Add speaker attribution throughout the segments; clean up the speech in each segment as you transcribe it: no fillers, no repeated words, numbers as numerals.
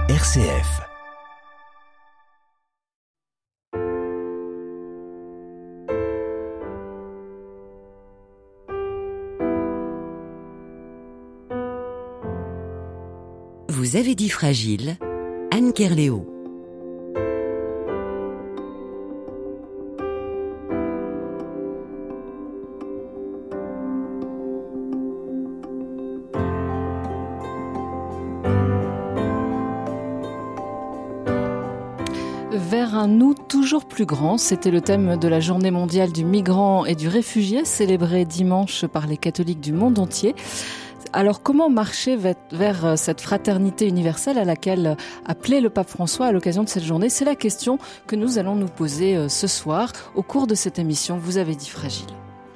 Speaker 1: RCF. Vous avez dit fragile, Anne Kerléo.
Speaker 2: Vers un nous toujours plus grand, c'était le thème de la Journée mondiale du migrant et du réfugié, célébrée dimanche par les catholiques du monde entier. Alors comment marcher vers cette fraternité universelle à laquelle appelait le pape François à l'occasion de cette journée? C'est la question que nous allons nous poser ce soir au cours de cette émission Vous avez dit fragile.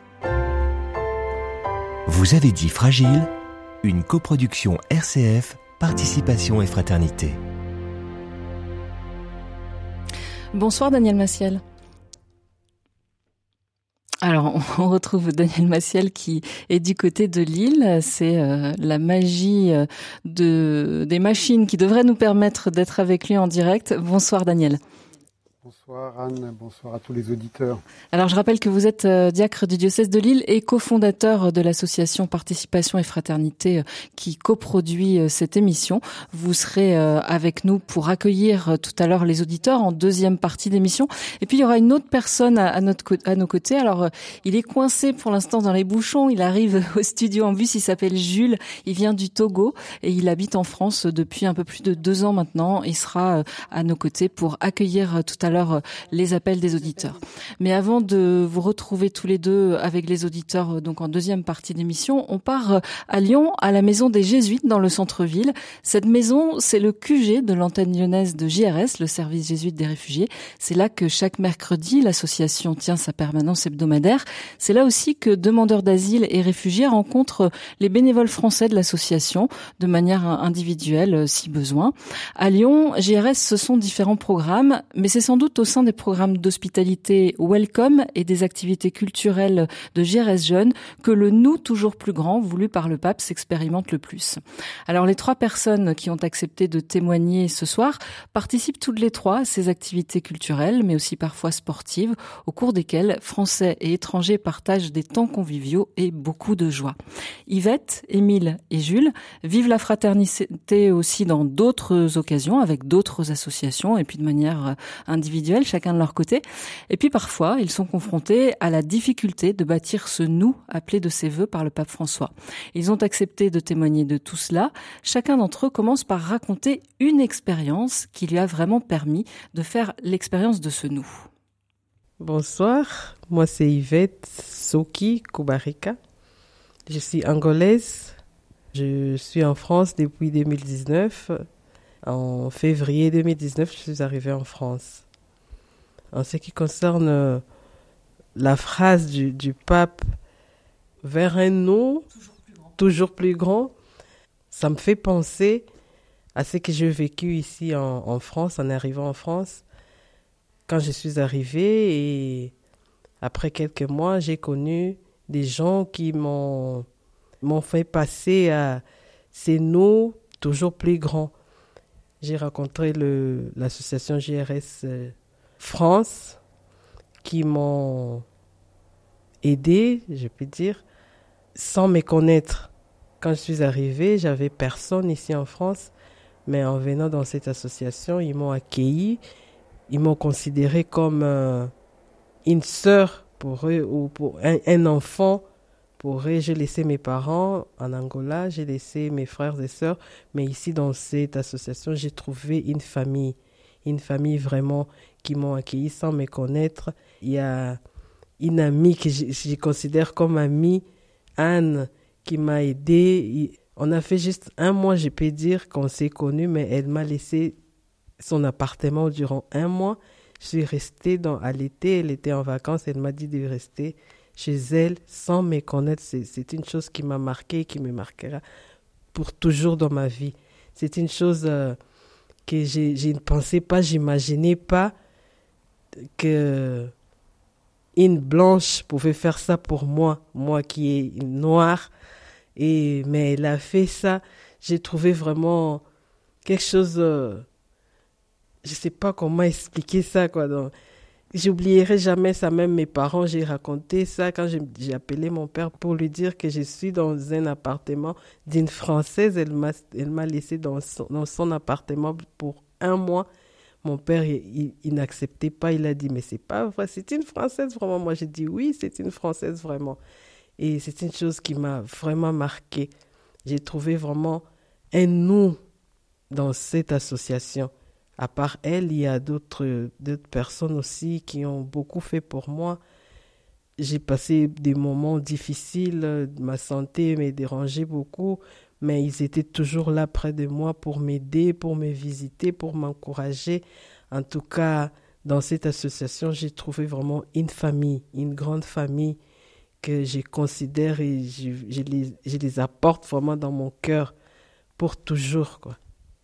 Speaker 1: Vous avez dit fragile, une coproduction RCF, Participation et Fraternité.
Speaker 2: Bonsoir Daniel Massiel. Alors, on retrouve Daniel Massiel qui est du côté de Lille. C'est la magie des machines qui devrait nous permettre d'être avec lui en direct. Bonsoir Daniel.
Speaker 3: Bonsoir Anne, bonsoir à tous les auditeurs.
Speaker 2: Alors je rappelle que vous êtes diacre du diocèse de Lille et cofondateur de l'association Participation et Fraternité qui coproduit cette émission. Vous serez avec nous pour accueillir tout à l'heure les auditeurs en deuxième partie d'émission. Et puis il y aura une autre personne à nos côtés. Alors il est coincé pour l'instant dans les bouchons. Il arrive au studio en bus. Il s'appelle Jules. Il vient du Togo et il habite en France depuis un peu plus de 2 ans maintenant. Il sera à nos côtés pour accueillir tout à l'heure les appels des auditeurs. Mais avant de vous retrouver tous les deux avec les auditeurs, donc en deuxième partie d'émission, on part à Lyon, à la maison des Jésuites dans le centre-ville. Cette maison, c'est le QG de l'antenne lyonnaise de JRS, le service jésuite des réfugiés. C'est là que chaque mercredi, l'association tient sa permanence hebdomadaire. C'est là aussi que demandeurs d'asile et réfugiés rencontrent les bénévoles français de l'association de manière individuelle si besoin. À Lyon, JRS, ce sont différents programmes, mais c'est sans doute au sein des programmes d'hospitalité Welcome et des activités culturelles de JRS Jeunes que le nous toujours plus grand voulu par le pape s'expérimente le plus. Alors les 3 personnes qui ont accepté de témoigner ce soir participent toutes les 3 à ces activités culturelles mais aussi parfois sportives au cours desquelles Français et étrangers partagent des temps conviviaux et beaucoup de joie. Yvette, Émile et Jules vivent la fraternité aussi dans d'autres occasions avec d'autres associations et puis de manière individuelle, chacun de leur côté. Et puis parfois, ils sont confrontés à la difficulté de bâtir ce nous appelé de ses voeux par le pape François. Ils ont accepté de témoigner de tout cela. Chacun d'entre eux commence par raconter une expérience qui lui a vraiment permis de faire l'expérience de ce nous.
Speaker 4: Bonsoir, moi c'est Yvette Soki Kubarika. Je suis angolaise. Je suis en France depuis 2019. En février 2019, je suis arrivée en France. En ce qui concerne la phrase du pape vers un nous toujours plus grand, ça me fait penser à ce que j'ai vécu ici en France, en arrivant en France. Quand je suis arrivée et après quelques mois, j'ai connu des gens qui m'ont fait passer à ces nous toujours plus grands. J'ai rencontré l'association JRS France qui m'ont aidé, je peux dire, sans me connaître. Quand je suis arrivée, j'avais personne ici en France, mais en venant dans cette association, ils m'ont accueilli, ils m'ont considéré comme une sœur pour eux ou pour un enfant. Pour eux, j'ai laissé mes parents en Angola, j'ai laissé mes frères et sœurs, mais ici dans cette association, j'ai trouvé une famille vraiment qui m'ont accueilli sans me connaître. Il y a une amie que je considère comme amie, Anne, qui m'a aidée. On a fait juste 1 mois, je peux dire, qu'on s'est connus, mais elle m'a laissé son appartement durant 1 mois. Je suis restée à l'été, elle était en vacances, elle m'a dit de rester chez elle sans me connaître. C'est une chose qui m'a marquée, qui me marquera pour toujours dans ma vie. C'est une chose que je ne pensais pas, j'imaginais pas que une blanche pouvait faire ça pour moi qui est noire. Mais elle a fait ça. J'ai trouvé vraiment quelque chose... je ne sais pas comment expliquer ça, quoi. Donc, j'oublierai jamais ça, même mes parents, j'ai raconté ça quand j'ai appelé mon père pour lui dire que je suis dans un appartement d'une Française. Elle m'a laissé dans son appartement pour 1 mois. Mon père, il n'acceptait pas. Il a dit, mais c'est pas vrai, c'est une Française vraiment. Moi, j'ai dit, oui, c'est une Française vraiment. Et c'est une chose qui m'a vraiment marquée. J'ai trouvé vraiment un nous dans cette association. À part elle, il y a d'autres personnes aussi qui ont beaucoup fait pour moi. J'ai passé des moments difficiles, ma santé m'a dérangé beaucoup, mais ils étaient toujours là près de moi pour m'aider, pour me visiter, pour m'encourager. En tout cas, dans cette association, j'ai trouvé vraiment une famille, une grande famille que je considère et je les apporte vraiment dans mon cœur pour toujours, quoi.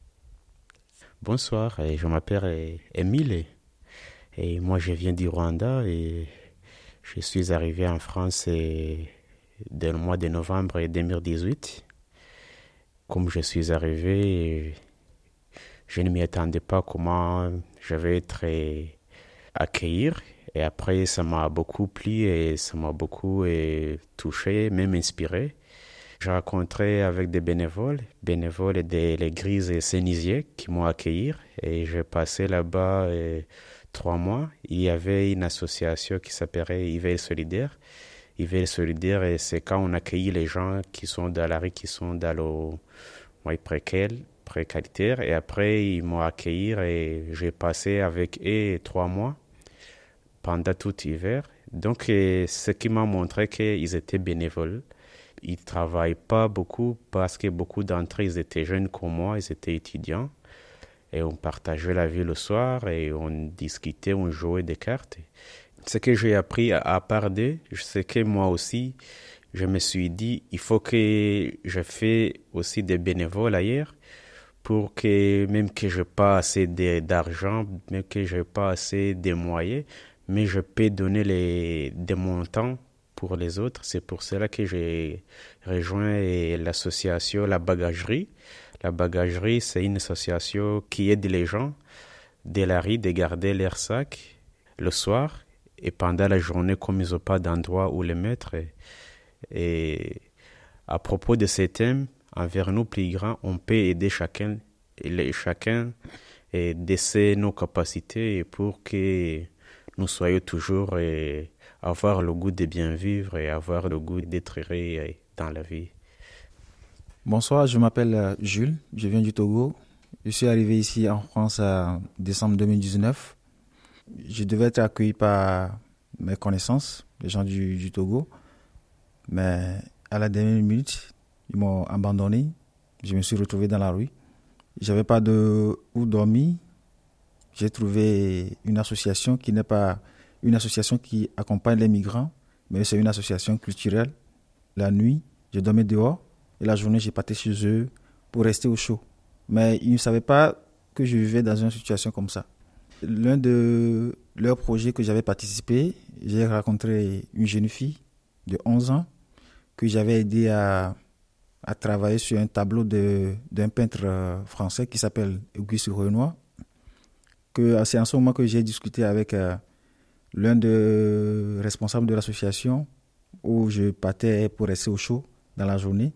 Speaker 5: Bonsoir, je m'appelle Émile et moi je viens du Rwanda et je suis arrivé en France dès le mois de novembre 2018. Comme je suis arrivé, je ne m'y attendais pas comment je vais être accueilli. Et après, ça m'a beaucoup plu et ça m'a beaucoup touché, même inspiré. J'ai rencontré avec des bénévoles de l'église Saint-Nizier qui m'ont accueilli. Et j'ai passé là-bas 3 mois. Il y avait une association qui s'appelait Éveil Solidaire. Éveil Solidaire, c'est quand on accueille les gens qui sont dans la rue, qui sont dans le précaritaire. Et après, ils m'ont accueilli et j'ai passé avec eux 3 mois pendant tout l'hiver. Donc, ce qui m'a montré qu'ils étaient bénévoles. Ils ne travaillent pas beaucoup parce que beaucoup d'entre eux, ils étaient jeunes comme moi, ils étaient étudiants. Et on partageait la vie le soir et on discutait, on jouait des cartes. Ce que j'ai appris à part d'eux, c'est que moi aussi, je me suis dit, il faut que je fasse aussi des bénévoles ailleurs pour que, même que je n'ai pas assez d'argent, même que je n'ai pas assez de moyens, mais je peux donner des montants pour les autres. C'est pour cela que j'ai rejoint l'association La Bagagerie. La Bagagerie, c'est une association qui aide les gens de la rue de garder leurs sacs le soir et pendant la journée comme ils n'ont pas d'endroit où les mettre. Et à propos de ces thèmes, envers nous plus grands, on peut aider chacun et d'essayer nos capacités pour que nous soyons toujours avoir le goût de bien vivre et avoir le goût d'être heureux dans la vie.
Speaker 6: Bonsoir, je m'appelle Jules, je viens du Togo. Je suis arrivé ici en France en décembre 2019. Je devais être accueilli par mes connaissances, les gens du Togo. Mais à la dernière minute, ils m'ont abandonné. Je me suis retrouvé dans la rue. Je n'avais pas où dormir. J'ai trouvé une association qui n'est pas une association qui accompagne les migrants, mais c'est une association culturelle. La nuit, je dormais dehors et la journée, j'ai partais chez eux pour rester au chaud. Mais ils ne savaient pas que je vivais dans une situation comme ça. L'un de leurs projets que j'avais participé, j'ai rencontré une jeune fille de 11 ans que j'avais aidé à travailler sur un tableau d'un peintre français qui s'appelle Auguste Renoir. C'est en ce moment que j'ai discuté avec l'un des responsables de l'association où je partais pour rester au chaud dans la journée.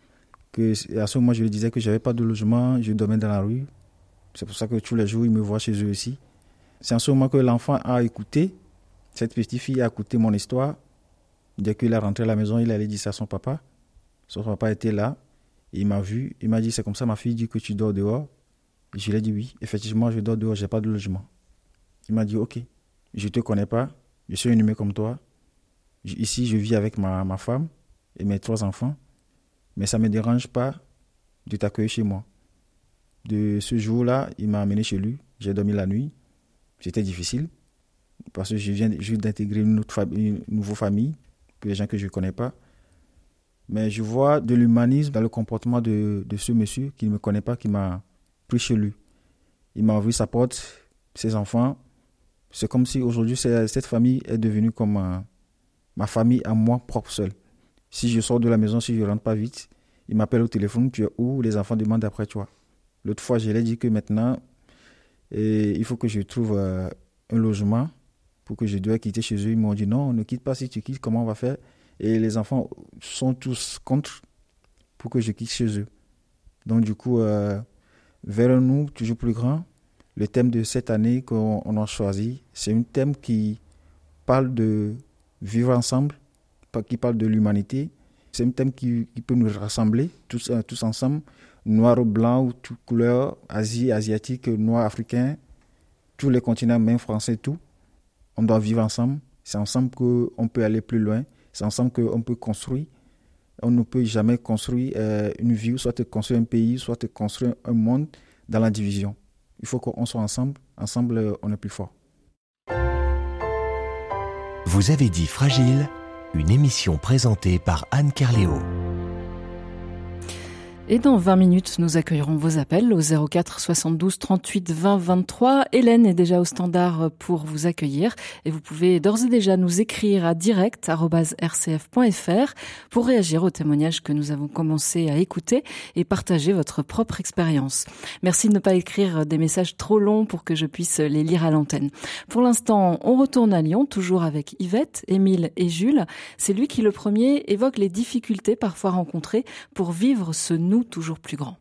Speaker 6: À ce moment, je lui disais que je n'avais pas de logement, je dormais dans la rue. C'est pour ça que tous les jours, ils me voient chez eux aussi. C'est en ce moment que l'enfant a écouté, cette petite fille a écouté mon histoire. Dès qu'il est rentré à la maison, il allait dire ça à son papa. Son papa était là, il m'a vu, il m'a dit, c'est comme ça, ma fille dit que tu dors dehors. Je lui ai dit oui, effectivement, je dors dehors, je n'ai pas de logement. Il m'a dit, ok, je ne te connais pas, je suis un humain comme toi. Ici, je vis avec ma femme et mes 3 enfants, mais ça ne me dérange pas de t'accueillir chez moi. De ce jour-là, il m'a amené chez lui, j'ai dormi la nuit. C'était difficile, parce que je viens juste d'intégrer une nouvelle famille, que les gens que je ne connais pas. Mais je vois de l'humanisme dans le comportement de ce monsieur qui ne me connaît pas, qui m'a pris chez lui. Il m'a ouvert sa porte, ses enfants. C'est comme si aujourd'hui, cette famille est devenue comme ma famille à moi propre seule. Si je sors de la maison, si je ne rentre pas vite, il m'appelle au téléphone, tu es où? Les enfants demandent après toi. L'autre fois, je l'ai dit que maintenant, il faut que je trouve un logement pour que je dois quitter chez eux. Ils m'ont dit non, ne quitte pas. Si tu quittes, comment on va faire? Et les enfants sont tous contre pour que je quitte chez eux. Donc du coup, vers nous, toujours plus grand, le thème de cette année qu'on a choisi, c'est un thème qui parle de vivre ensemble, qui parle de l'humanité. C'est un thème qui peut nous rassembler tous ensemble, noir ou blanc ou toute couleur, Asie, asiatique, noir, africain, tous les continents, même français, tout. On doit vivre ensemble. C'est ensemble qu'on peut aller plus loin. C'est ensemble qu'on peut construire. On ne peut jamais construire une vie, soit construire un pays, soit construire un monde dans la division. Il faut qu'on soit ensemble. Ensemble, on est plus fort.
Speaker 1: Vous avez dit Fragile, une émission présentée par Anne Kerléo.
Speaker 2: Et dans 20 minutes, nous accueillerons vos appels au 04 72 38 20 23. Hélène est déjà au standard pour vous accueillir et vous pouvez d'ores et déjà nous écrire à direct@rcf.fr pour réagir aux témoignages que nous avons commencé à écouter et partager votre propre expérience. Merci de ne pas écrire des messages trop longs pour que je puisse les lire à l'antenne. Pour l'instant, on retourne à Lyon, toujours avec Yvette, Émile et Jules. C'est lui qui, le premier, évoque les difficultés parfois rencontrées pour vivre ce nous toujours plus grand.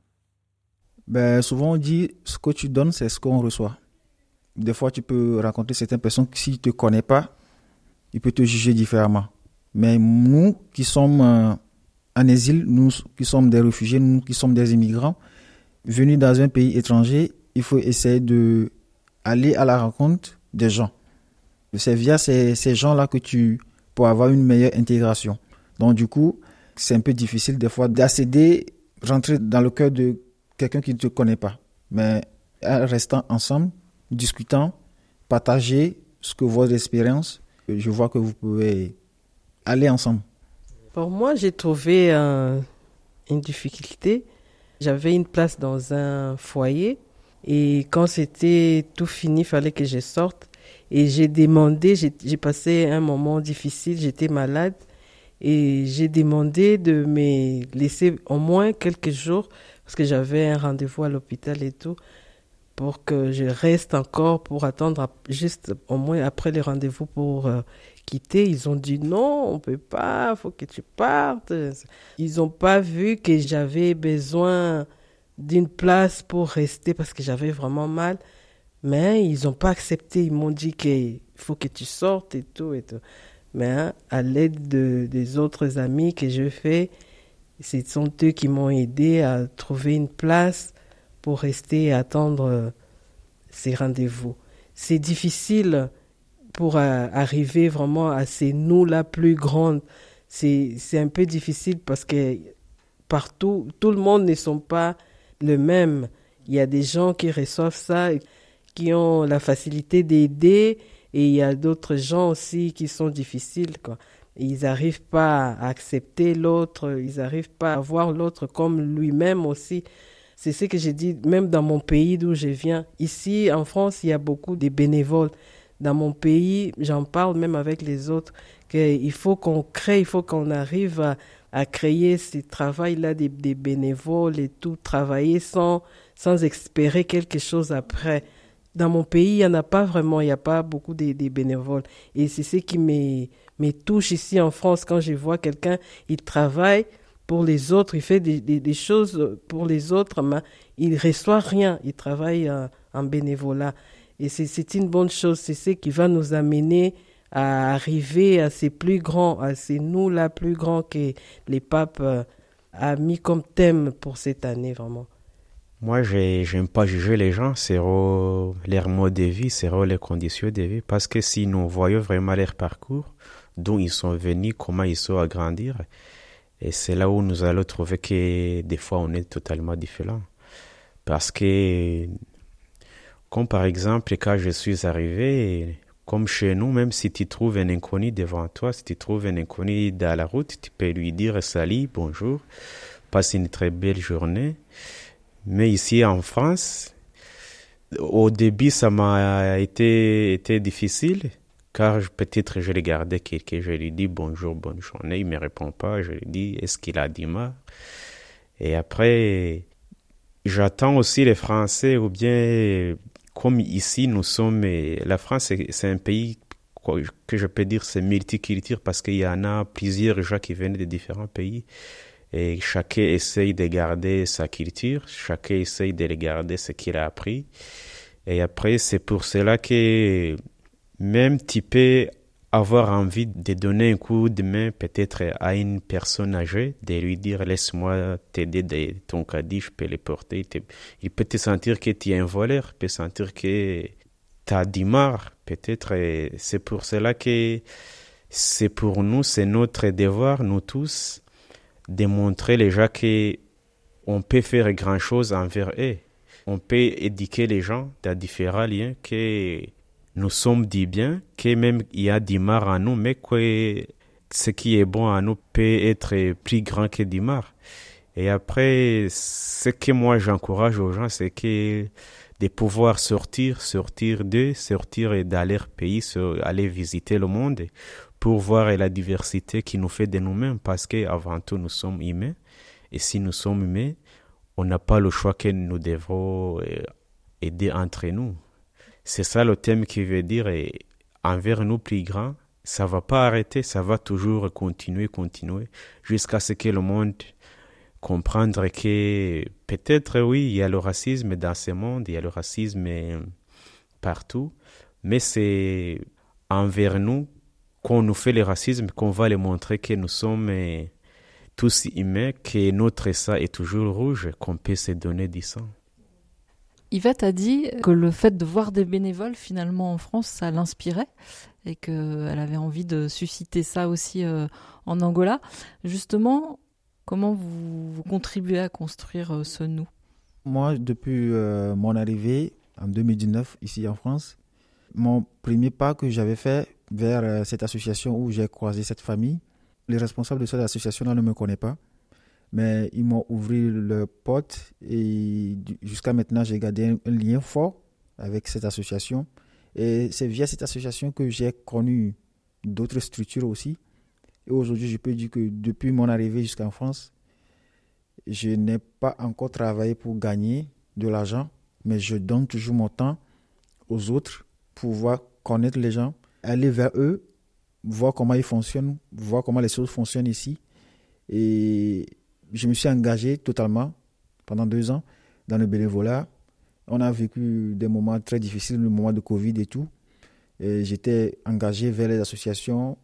Speaker 6: Souvent on dit ce que tu donnes, c'est ce qu'on reçoit. Des fois, tu peux rencontrer certaines personnes qui, s'ils ne te connaissent pas, ils peuvent te juger différemment. Mais nous qui sommes en exil, nous qui sommes des réfugiés, nous qui sommes des immigrants, venus dans un pays étranger, il faut essayer d'aller à la rencontre des gens. C'est via ces gens-là que tu peux avoir une meilleure intégration. Donc du coup, c'est un peu difficile des fois d'accéder, rentrer dans le cœur de quelqu'un qui ne te connaît pas. Mais en restant ensemble, discutant, partager ce que votre expérience, je vois que vous pouvez aller ensemble.
Speaker 4: Pour moi, j'ai trouvé une difficulté. J'avais une place dans un foyer et quand c'était tout fini, il fallait que je sorte. Et j'ai demandé, j'ai passé un moment difficile, j'étais malade. Et j'ai demandé de me laisser au moins quelques jours, parce que j'avais un rendez-vous à l'hôpital et tout, pour que je reste encore pour attendre juste au moins après le rendez-vous pour quitter. Ils ont dit non, on peut pas, il faut que tu partes. Ils n'ont pas vu que j'avais besoin d'une place pour rester parce que j'avais vraiment mal. Mais ils n'ont pas accepté, ils m'ont dit qu'il faut que tu sortes et tout et tout. Mais à l'aide des autres amis que je fais, ce sont eux qui m'ont aidé à trouver une place pour rester et attendre ces rendez-vous. C'est difficile pour arriver vraiment à ces nous-là plus grandes. C'est un peu difficile parce que partout, tout le monde ne sont pas le même. Il y a des gens qui reçoivent ça, qui ont la facilité d'aider. Et il y a d'autres gens aussi qui sont difficiles, quoi. Ils n'arrivent pas à accepter l'autre, ils n'arrivent pas à voir l'autre comme lui-même aussi. C'est ce que j'ai dit, même dans mon pays d'où je viens. Ici, en France, il y a beaucoup de bénévoles. Dans mon pays, j'en parle même avec les autres, qu'il faut qu'on crée, il faut qu'on arrive à créer ce travail-là des bénévoles et tout, travailler sans espérer quelque chose après. Dans mon pays, il n'y en a pas vraiment, il n'y a pas beaucoup de bénévoles. Et c'est ce qui me touche ici en France, quand je vois quelqu'un, il travaille pour les autres, il fait des choses pour les autres, mais il ne reçoit rien, il travaille en bénévolat. Et c'est une bonne chose, c'est ce qui va nous amener à arriver à ces plus grands, à ces nous-là plus grands que les papes a mis comme thème pour cette année, vraiment.
Speaker 5: Moi, j'aime pas juger les gens, c'est leur mode de vie, c'est les conditions de vie. Parce que si nous voyons vraiment leur parcours, d'où ils sont venus, comment ils sont à grandir, et c'est là où nous allons trouver que des fois on est totalement différents. Parce que, comme par exemple, quand je suis arrivé, comme chez nous, même si tu trouves un inconnu devant toi, si tu trouves un inconnu dans la route, tu peux lui dire salut, bonjour, passe une très belle journée. Mais ici en France, au début, ça m'a été difficile, car peut-être je regardais quelqu'un, je lui dis bonjour, bonne journée, il ne me répond pas, je lui dis est-ce qu'il a dit mal? Et après, j'attends aussi les Français, ou bien comme ici nous sommes, la France c'est un pays que je peux dire c'est multiculturel parce qu'il y en a plusieurs gens qui viennent de différents pays et chacun essaye de garder sa culture, chacun essaye de garder ce qu'il a appris. Et après, c'est pour cela que même tu peux avoir envie de donner un coup de main peut-être à une personne âgée, de lui dire laisse-moi t'aider de ton caddie, je peux le porter. Il peut te sentir que tu es un voleur, il peut sentir que tu as du marre peut-être. Et c'est pour cela que c'est pour nous, c'est notre devoir, nous tous, de montrer les gens qu'on peut faire grand chose envers eux. On peut éduquer les gens dans différents liens, que nous sommes du bien, que même il y a du mal en nous, mais que ce qui est bon en nous peut être plus grand que du mal. Et après, ce que moi j'encourage aux gens, c'est que de pouvoir sortir d'eux, sortir dans leur pays, aller visiter le monde pour voir la diversité qui nous fait de nous-mêmes, parce qu'avant tout, nous sommes humains. Et si nous sommes humains, on n'a pas le choix que nous devrons aider entre nous. C'est ça le thème qui veut dire, envers nous plus grands, ça ne va pas arrêter, ça va toujours continuer, jusqu'à ce que le monde comprenne que peut-être, oui, il y a le racisme dans ce monde, il y a le racisme partout, mais c'est envers nous qu'on nous fait le racisme, qu'on va les montrer que nous sommes tous humains, que notre sang est toujours rouge, qu'on peut se donner du sang.
Speaker 2: Yvette a dit que le fait de voir des bénévoles finalement en France, ça l'inspirait et qu'elle avait envie de susciter ça aussi en Angola. Justement, comment vous contribuez à construire ce nous ?
Speaker 6: Moi, depuis mon arrivée en 2019 ici en France, mon premier pas que j'avais fait vers cette association où j'ai croisé cette famille, les responsables de cette association-là ne me connaissent pas, mais ils m'ont ouvert le porte et jusqu'à maintenant, j'ai gardé un lien fort avec cette association. Et c'est via cette association que j'ai connu d'autres structures aussi. Et aujourd'hui, je peux dire que depuis mon arrivée jusqu'en France, je n'ai pas encore travaillé pour gagner de l'argent, mais je donne toujours mon temps aux autres pour pouvoir connaître les gens, aller vers eux, voir comment ils fonctionnent, voir comment les choses fonctionnent ici. Et je me suis engagé totalement pendant 2 ans dans le bénévolat. On a vécu des moments très difficiles, le moment de Covid et tout. Et j'étais engagé vers les associations.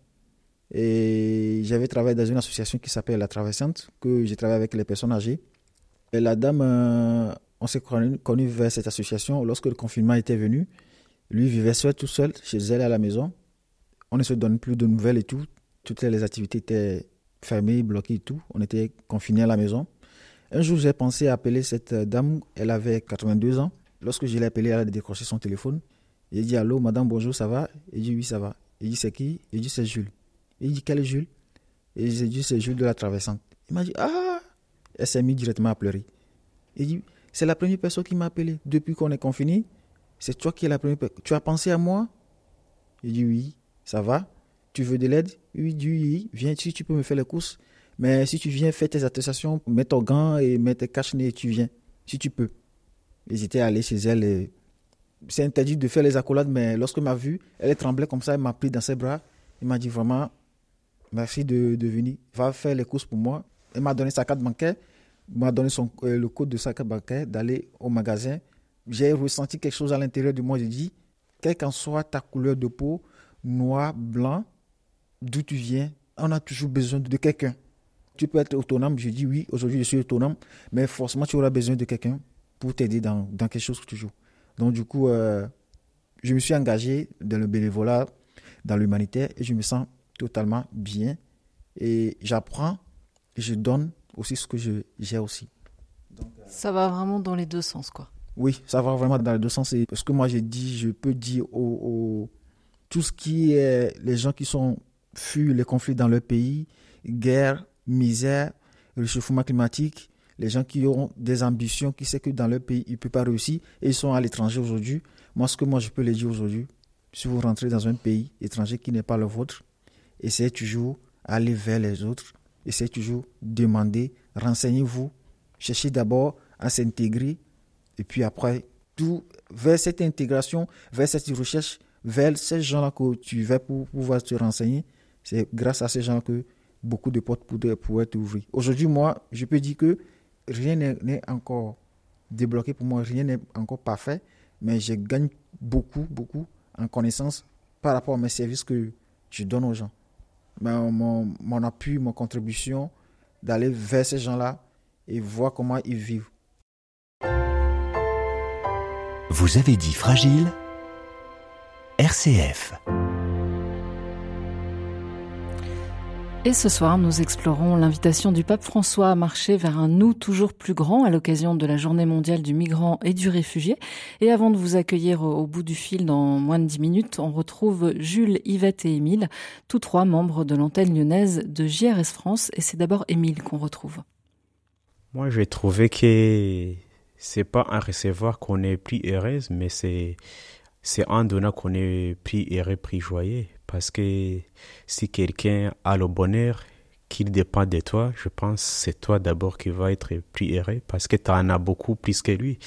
Speaker 6: Et j'avais travaillé dans une association qui s'appelle La Traversante, que j'ai travaillé avec les personnes âgées. Et la dame, on s'est connus vers cette association lorsque le confinement était venu. Lui vivait tout seul chez elle à la maison. On ne se donne plus de nouvelles et tout. Toutes les activités étaient fermées, bloquées et tout. On était confinés à la maison. Un jour, j'ai pensé à appeler cette dame. Elle avait 82 ans. Lorsque je l'ai appelée, elle a décroché son téléphone. J'ai dit « Allô, madame, bonjour, ça va ?» Elle dit « Oui, ça va. » Il dit « C'est qui ?» Il dit « C'est Jules. » Il dit « Quel est Jules ?» Et j'ai dit « C'est Jules de La Traversante. » Il m'a dit « Ah !» Elle s'est mise directement à pleurer. Il dit « C'est la première personne qui m'a appelé. Depuis qu'on est confiné, c'est toi qui es la première personne. Tu as pensé à moi ?» Il dit « Oui, ça va. Tu veux de l'aide ?» Oui, oui, viens ici, tu peux me faire les courses. Mais si tu viens faire tes attestations, mets ton gant et mets tes cache-nez, tu viens, si tu peux. Et j'étais allé chez elle. Et c'est interdit de faire les accolades, mais lorsqu'elle m'a vu, elle tremblait comme ça, elle m'a pris dans ses bras. Elle m'a dit vraiment, merci de venir. Va faire les courses pour moi. Elle m'a donné sa carte bancaire, m'a donné le code de sa carte bancaire, d'aller au magasin. J'ai ressenti quelque chose à l'intérieur de moi. J'ai dit, quelle qu'en soit ta couleur de peau, noir, blanc, d'où tu viens, on a toujours besoin de quelqu'un. Tu peux être autonome, je dis oui, aujourd'hui je suis autonome, mais forcément tu auras besoin de quelqu'un pour t'aider dans quelque chose toujours. Donc du coup, je me suis engagé dans le bénévolat, dans l'humanitaire, et je me sens totalement bien. Et j'apprends et je donne aussi ce que j'ai aussi. Donc,
Speaker 2: ça va vraiment dans les deux sens, quoi.
Speaker 6: Oui, ça va vraiment dans les deux sens. Et parce que moi je peux dire tout ce qui est les gens qui sont fui les conflits dans leur pays, guerre, misère, réchauffement climatique, les gens qui ont des ambitions, qui savent que dans leur pays, ils ne peuvent pas réussir et ils sont à l'étranger aujourd'hui. Moi, ce que je peux les dire aujourd'hui, si vous rentrez dans un pays étranger qui n'est pas le vôtre, essayez toujours d'aller vers les autres, essayez toujours de demander, renseignez-vous, cherchez d'abord à s'intégrer. Et puis après, tout vers cette intégration, vers cette recherche, vers ces gens-là que tu vas pour pouvoir te renseigner. C'est grâce à ces gens que beaucoup de portes pourraient t'ouvrir. Aujourd'hui, moi, je peux dire que rien n'est encore débloqué pour moi, rien n'est encore parfait, mais je gagne beaucoup en connaissance par rapport à mes services que je donne aux gens. Mais mon appui, mon contribution, d'aller vers ces gens-là et voir comment ils vivent.
Speaker 1: Vous avez dit Fragile, RCF.
Speaker 2: Et ce soir, nous explorons l'invitation du pape François à marcher vers un nous toujours plus grand à l'occasion de la Journée mondiale du migrant et du réfugié. Et avant de vous accueillir au bout du fil dans moins de 10 minutes, on retrouve Jules, Yvette et Émile, tous trois membres de l'antenne lyonnaise de JRS France. Et c'est d'abord Émile qu'on retrouve.
Speaker 5: Moi, j'ai trouvé que c'est pas un recevoir qu'on est plus heureuse, mais c'est un donnant qu'on est plus heureux, plus joyeux. Parce que si quelqu'un a le bonheur qu'il dépend de toi, je pense que c'est toi d'abord qui vas être plus heureux parce que tu en as beaucoup plus que lui.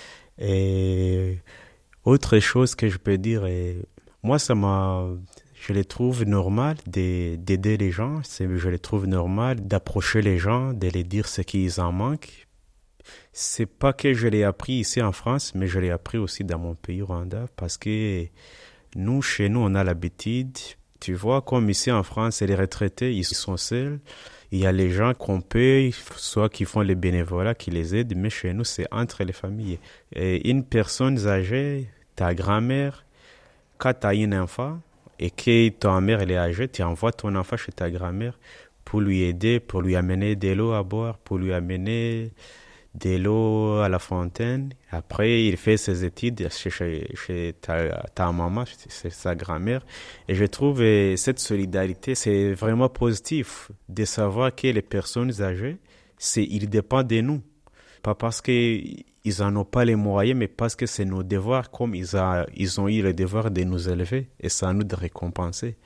Speaker 5: Et autre chose que je peux dire, moi je le trouve normal d'aider les gens, je le trouve normal d'approcher les gens, de les dire ce qu'ils en manquent. C'est pas que je l'ai appris ici en France, mais je l'ai appris aussi dans mon pays, Rwanda, parce que nous, chez nous, on a l'habitude, tu vois, comme ici en France, les retraités, ils sont seuls. Il y a les gens qu'on paye, soit qui font les bénévolats, qui les aident, mais chez nous, c'est entre les familles. Et une personne âgée, ta grand-mère, quand tu as un enfant et que ta mère elle est âgée, tu envoies ton enfant chez ta grand-mère pour lui aider, pour lui amener de l'eau à boire, pour lui amener de l'eau à la fontaine. Après, il fait ses études chez ta maman, c'est sa grand-mère. Et je trouve cette solidarité, c'est vraiment positif de savoir que les personnes âgées, ils dépendent de nous. Pas parce qu'ils n'en ont pas les moyens, mais parce que c'est nos devoirs, comme ils ont eu le devoir de nous élever. Et c'est à nous de récompenser.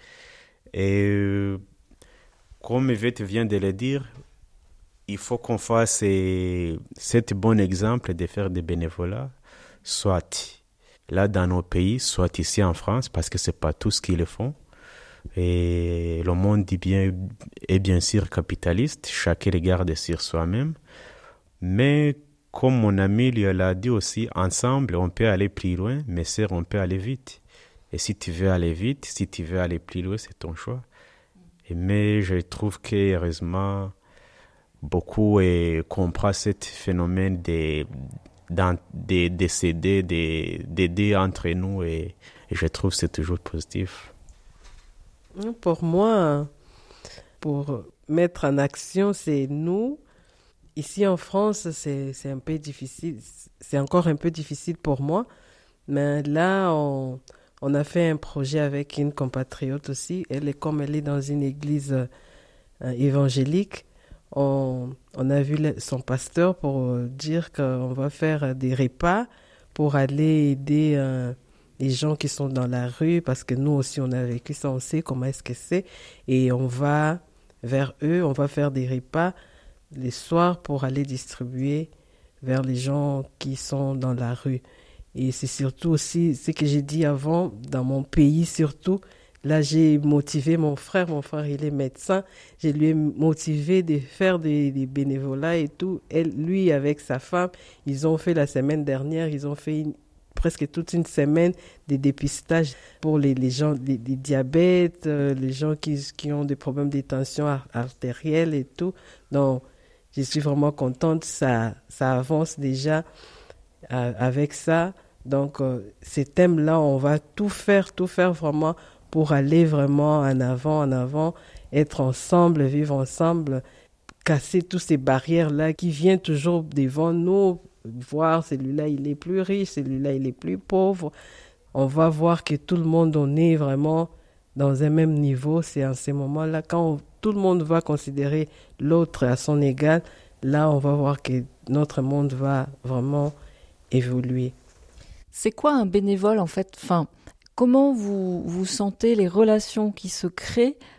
Speaker 5: Et comme Yvette vient de le dire, il faut qu'on fasse cet bon exemple de faire des bénévolats, soit là dans nos pays, soit ici en France, parce que c'est pas tous qui le font. Et le monde est bien sûr capitaliste, chacun regarde sur soi-même. Mais comme mon ami lui l'a dit aussi, ensemble, on peut aller plus loin, mais seul, on peut aller vite. Et si tu veux aller vite, si tu veux aller plus loin, c'est ton choix. Mais je trouve que, heureusement, beaucoup comprennent ce phénomène d'aider, d'aider entre nous et je trouve que c'est toujours positif.
Speaker 4: Pour moi, pour mettre en action, c'est nous. Ici en France, c'est un peu difficile, c'est encore un peu difficile pour moi, mais là, on a fait un projet avec une compatriote aussi. Elle est dans une église évangélique. On a vu son pasteur pour dire qu'on va faire des repas pour aller aider les gens qui sont dans la rue, parce que nous aussi on a vécu ça, on sait comment est-ce que c'est, et on va vers eux, on va faire des repas les soirs pour aller distribuer vers les gens qui sont dans la rue. Et c'est surtout aussi ce que j'ai dit avant, dans mon pays surtout. Là, j'ai motivé mon frère il est médecin, je lui ai motivé de faire des bénévolats et tout. Lui, avec sa femme, ils ont fait la semaine dernière, ils ont fait presque toute une semaine de dépistage pour les gens, des diabètes, les gens qui ont des problèmes de tension artérielle et tout. Donc, je suis vraiment contente, ça avance déjà avec ça. Donc, ces thèmes-là, on va tout faire vraiment pour aller vraiment en avant, être ensemble, vivre ensemble, casser toutes ces barrières-là qui viennent toujours devant nous, voir celui-là il est plus riche, celui-là il est plus pauvre. On va voir que tout le monde, on est vraiment dans un même niveau. C'est en ces moments-là, quand tout le monde va considérer l'autre à son égal, là on va voir que notre monde va vraiment évoluer.
Speaker 2: C'est quoi un bénévole en fait ? Comment vous sentez les relations qui se créent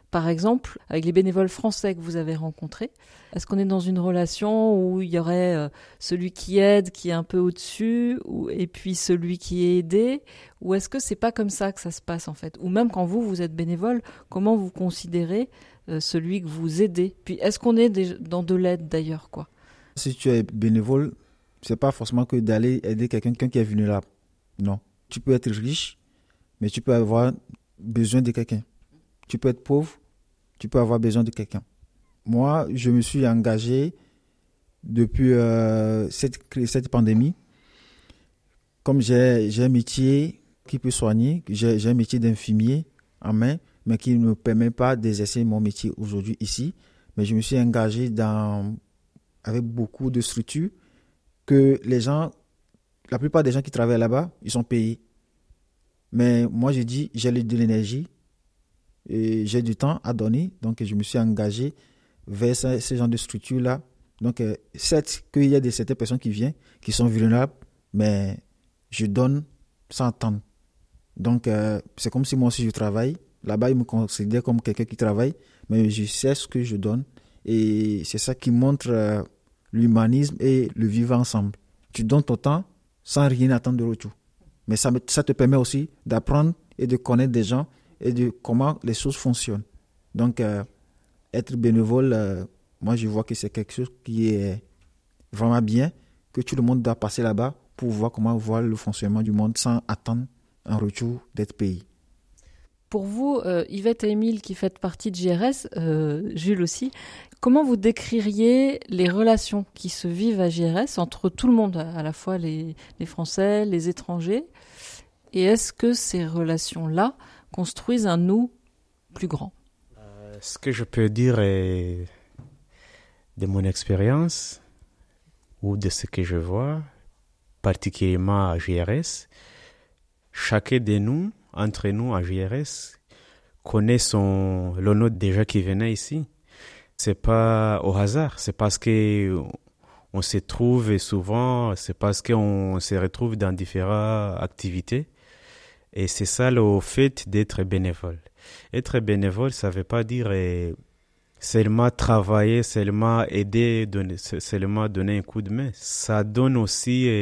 Speaker 2: par exemple, avec les bénévoles français que vous avez rencontrés? Est-ce qu'on est dans une relation où il y aurait celui qui aide, qui est un peu au-dessus, et puis celui qui est aidé? Ou est-ce que c'est pas comme ça que ça se passe en fait? Ou même quand vous êtes bénévole, comment vous considérez celui que vous aidez? Puis est-ce qu'on est dans de l'aide d'ailleurs, quoi?
Speaker 6: Si tu es bénévole, c'est pas forcément que d'aller aider quelqu'un qui est vulnérable. Non. Tu peux être riche, mais tu peux avoir besoin de quelqu'un. Tu peux être pauvre, tu peux avoir besoin de quelqu'un. Moi, je me suis engagé depuis cette pandémie. Comme j'ai un métier qui peut soigner, j'ai un métier d'infirmier en main, mais qui ne me permet pas d'exercer mon métier aujourd'hui ici. Mais je me suis engagé avec beaucoup de structures que la plupart des gens qui travaillent là-bas, ils sont payés. Mais moi, j'ai dit, j'ai de l'énergie et j'ai du temps à donner. Donc, je me suis engagé vers ce genre de structure-là. Donc, certes, qu'il y a certaines personnes qui viennent, qui sont vulnérables, mais je donne sans attendre. Donc, c'est comme si moi aussi je travaille. Là-bas, ils me considèrent comme quelqu'un qui travaille, mais je sais ce que je donne. Et c'est ça qui montre l'humanisme et le vivre ensemble. Tu donnes ton temps sans rien attendre de retour. Mais ça te permet aussi d'apprendre et de connaître des gens et de comment les choses fonctionnent. Donc, être bénévole, moi, je vois que c'est quelque chose qui est vraiment bien, que tout le monde doit passer là-bas pour voir comment voir le fonctionnement du monde sans attendre un retour d'être payé.
Speaker 2: Pour vous, Yvette et Émile, qui faites partie de JRS, Jules aussi, comment vous décririez les relations qui se vivent à JRS entre tout le monde, à la fois les Français, les étrangers? Et est-ce que ces relations-là construisent un nous plus grand?
Speaker 5: Ce que je peux dire est de mon expérience ou de ce que je vois, particulièrement à JRS, chacun de nous, entre nous à JRS, connaît le nom des gens qui venaient ici. C'est pas au hasard, c'est parce que on se trouve souvent, c'est parce qu'on se retrouve dans différentes activités. Et c'est ça le fait d'être bénévole. Être bénévole, ça ne veut pas dire seulement travailler, seulement aider, seulement donner un coup de main. Ça donne aussi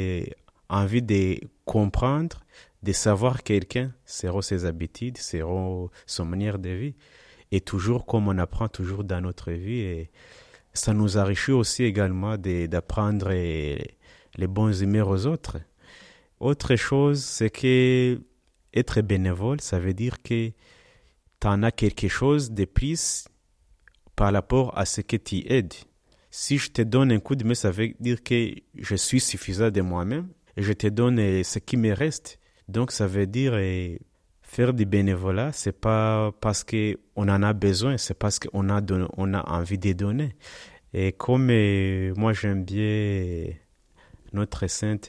Speaker 5: envie de comprendre, de savoir quelqu'un, selon ses habitudes, selon son manière de vie. Et toujours comme on apprend toujours dans notre vie. Et ça nous enrichit aussi également d'apprendre les bonnes humeurs aux autres. Autre chose, c'est que être bénévole, ça veut dire que tu en as quelque chose de plus par rapport à ce que tu aides. Si je te donne un coup de main, ça veut dire que je suis suffisant de moi-même et je te donne ce qui me reste. Donc, ça veut dire faire du bénévolat, c'est pas parce qu'on en a besoin, c'est parce qu'on a envie de donner. Et comme moi, j'aime bien notre sainte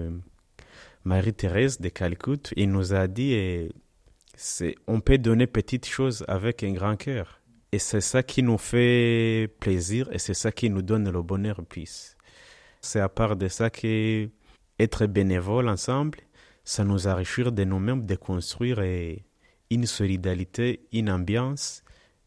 Speaker 5: Marie-Thérèse de Calcutta, il nous a dit on peut donner petites choses avec un grand cœur. Et c'est ça qui nous fait plaisir et c'est ça qui nous donne le bonheur plus. C'est à part de ça que être bénévole ensemble, ça nous enrichit de nous-mêmes de construire une solidarité, une ambiance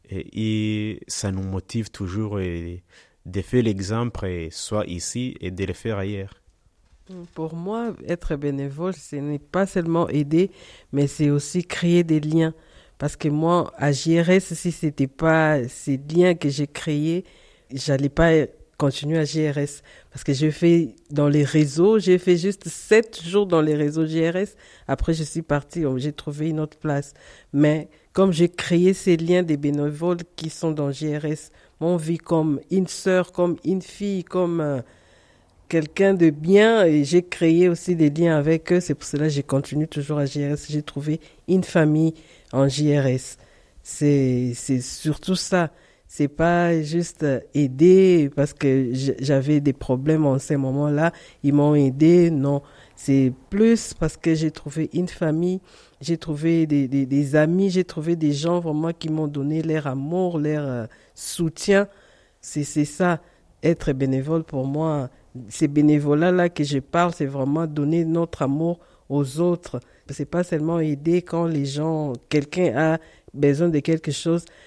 Speaker 5: et ça nous motive toujours de faire l'exemple soit ici et de le faire ailleurs.
Speaker 4: Pour moi, être bénévole, ce n'est pas seulement aider, mais c'est aussi créer des liens. Parce que moi, à JRS, si ce n'était pas ces liens que j'ai créés, je n'allais pas continuer à JRS. Parce que j'ai fait dans les réseaux, j'ai fait juste 7 jours dans les réseaux JRS. Après, je suis partie, j'ai trouvé une autre place. Mais comme j'ai créé ces liens des bénévoles qui sont dans JRS, on vit comme une sœur, comme une fille, comme quelqu'un de bien. Et j'ai créé aussi des liens avec eux. C'est pour cela que j'ai continué toujours à JRS. J'ai trouvé une famille en JRS. C'est surtout ça. C'est pas juste aider parce que j'avais des problèmes en ces moments-là. Ils m'ont aidé. Non, c'est plus parce que j'ai trouvé une famille, j'ai trouvé des amis, j'ai trouvé des gens vraiment qui m'ont donné leur amour, leur soutien. C'est ça, être bénévole pour moi. Ces bénévolats-là que je parle, c'est vraiment donner notre amour aux autres. C'est pas seulement aider quand quelqu'un a besoin de quelque chose,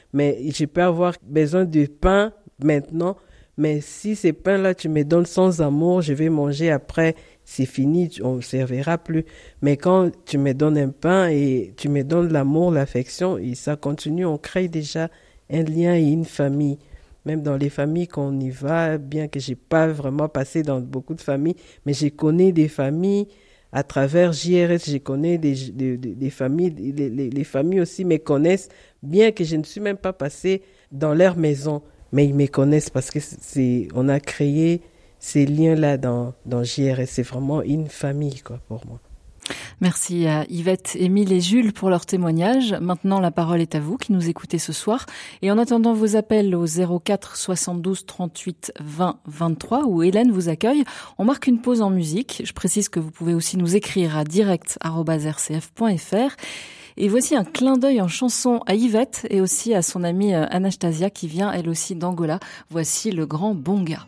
Speaker 4: mais je peux avoir besoin de pain maintenant. Mais si ces pains-là, tu me donnes sans amour, je vais manger après, c'est fini, on ne servira plus. Mais quand tu me donnes un pain et tu me donnes l'amour, l'affection, et ça continue, on crée déjà un lien et une famille. Même dans les familles qu'on y va, bien que je n'ai pas vraiment passé dans beaucoup de familles, mais je connais des familles à travers JRS, je connais des familles, les familles aussi me connaissent, bien que je ne suis même pas passé dans leur maison. Mais ils me connaissent parce que on a créé ces liens-là dans JRS. C'est vraiment une famille, quoi, pour moi.
Speaker 2: Merci à Yvette, Émile et Jules pour leur témoignage. Maintenant, la parole est à vous qui nous écoutez ce soir. Et en attendant vos appels au 04 72 38 20 23 où Hélène vous accueille, on marque une pause en musique. Je précise que vous pouvez aussi nous écrire à direct@rcf.fr. Et voici un clin d'œil en chanson à Yvette et aussi à son amie Anastasia qui vient elle aussi d'Angola. Voici le grand Bonga.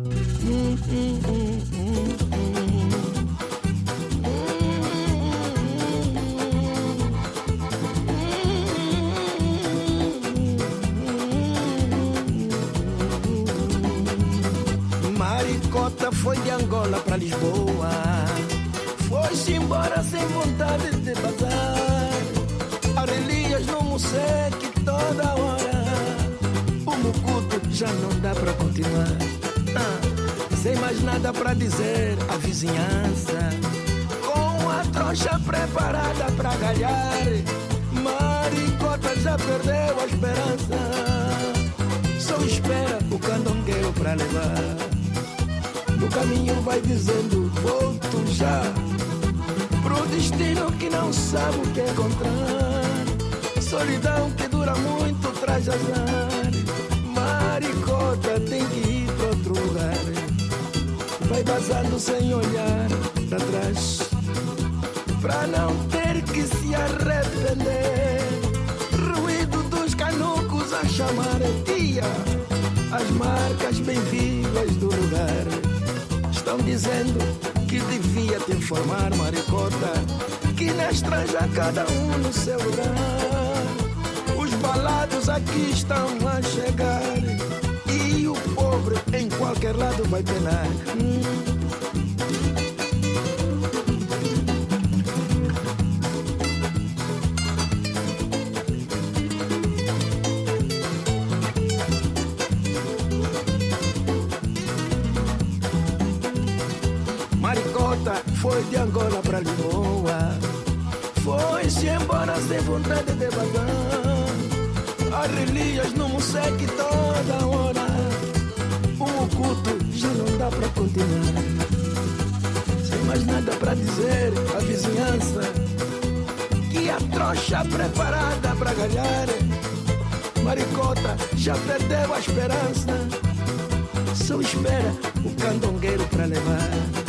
Speaker 7: Maricota foi de Angola pra Lisboa, foi-se embora sem vontade de bazar. Arelias no Moceque toda hora, o mucuto já não dá pra continuar. Sem mais nada pra dizer, a vizinhança com a troncha preparada pra galhar. Maricota já perdeu a esperança, só espera o candongueiro pra levar. No caminho vai dizendo, volto já, pro destino que não sabe o que encontrar. Solidão que dura muito traz azar. Maricota tem que ir pra outro lugar. Vai vazando sem olhar pra trás, pra não ter que se arrepender. Ruído dos canucos a chamar tia, as marcas bem vivas do lugar. Estão dizendo que devia te informar, Maricota, que na estranja cada um no seu lugar. Os balados aqui estão a chegar e o pobre em qualquer lado vai penar. Maricota foi de Angola pra Lisboa, foi-se embora sem vontade de bazar. Arrelias no Moceque toda hora, o mucuto já não dá pra continuar. Sem mais nada pra dizer, a vizinhança que a trouxa preparada pra galhar. Maricota já perdeu a esperança, só espera o candongueiro pra levar.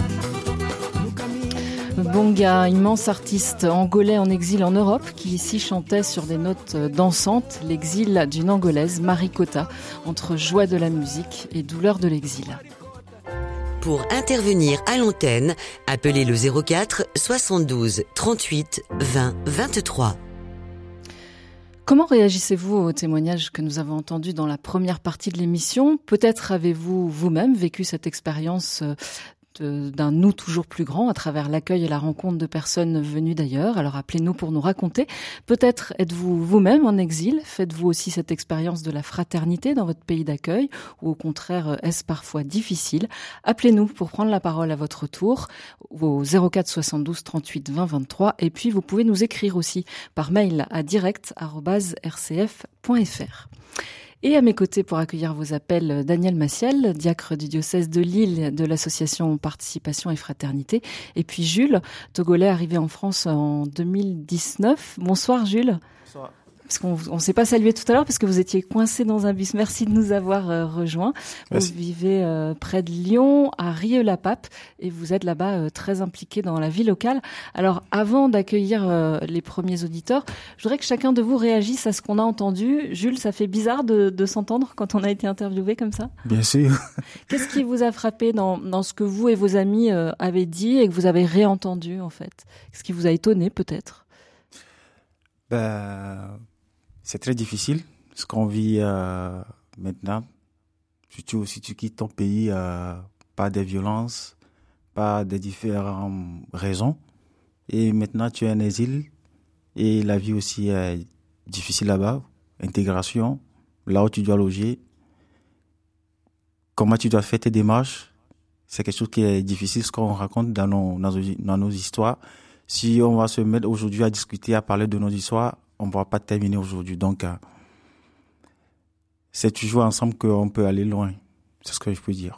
Speaker 2: Bonga, immense artiste angolais en exil en Europe, qui ici chantait sur des notes dansantes l'exil d'une Angolaise, Maricota, entre joie de la musique et douleur de l'exil.
Speaker 8: Pour intervenir à l'antenne, appelez le 04 72 38 20 23.
Speaker 2: Comment réagissez-vous aux témoignages que nous avons entendus dans la première partie de l'émission ? Peut-être avez-vous vous-même vécu cette expérience d'un nous toujours plus grand à travers l'accueil et la rencontre de personnes venues d'ailleurs. Alors appelez-nous pour nous raconter. Peut-être êtes-vous vous-même en exil. Faites-vous aussi cette expérience de la fraternité dans votre pays d'accueil ou au contraire est-ce parfois difficile ? Appelez-nous pour prendre la parole à votre tour au 04 72 38 20 23 et puis vous pouvez nous écrire aussi par mail à direct@rcf.fr. Et à mes côtés pour accueillir vos appels, Daniel Massiel, diacre du diocèse de Lille de l'association Participation et Fraternité. Et puis Jules, Togolais arrivé en France en 2019. Bonsoir Jules.
Speaker 6: Bonsoir.
Speaker 2: Parce qu'on s'est pas salué tout à l'heure parce que vous étiez coincé dans un bus. Merci de nous avoir rejoints. Merci. Vous vivez près de Lyon, à Rieux-la-Pape, et vous êtes là-bas très impliqué dans la vie locale. Alors, avant d'accueillir les premiers auditeurs, je voudrais que chacun de vous réagisse à ce qu'on a entendu. Jules, ça fait bizarre de s'entendre quand on a été interviewé comme ça ?
Speaker 6: Bien sûr.
Speaker 2: Qu'est-ce qui vous a frappé dans ce que vous et vos amis avez dit et que vous avez réentendu, en fait ? Qu'est-ce qui vous a étonné, peut-être ?
Speaker 6: C'est très difficile. ce qu'on vit maintenant, surtout si tu quittes ton pays par des violences, par des différentes raisons. Et maintenant, tu es en exil et la vie aussi est difficile là-bas. Intégration, là où tu dois loger, comment tu dois faire tes démarches. C'est quelque chose qui est difficile, ce qu'on raconte dans nos histoires. Si on va se mettre aujourd'hui à discuter, à parler de nos histoires, on ne va pas terminer aujourd'hui. Donc, c'est toujours ensemble qu'on peut aller loin. C'est ce que je peux dire.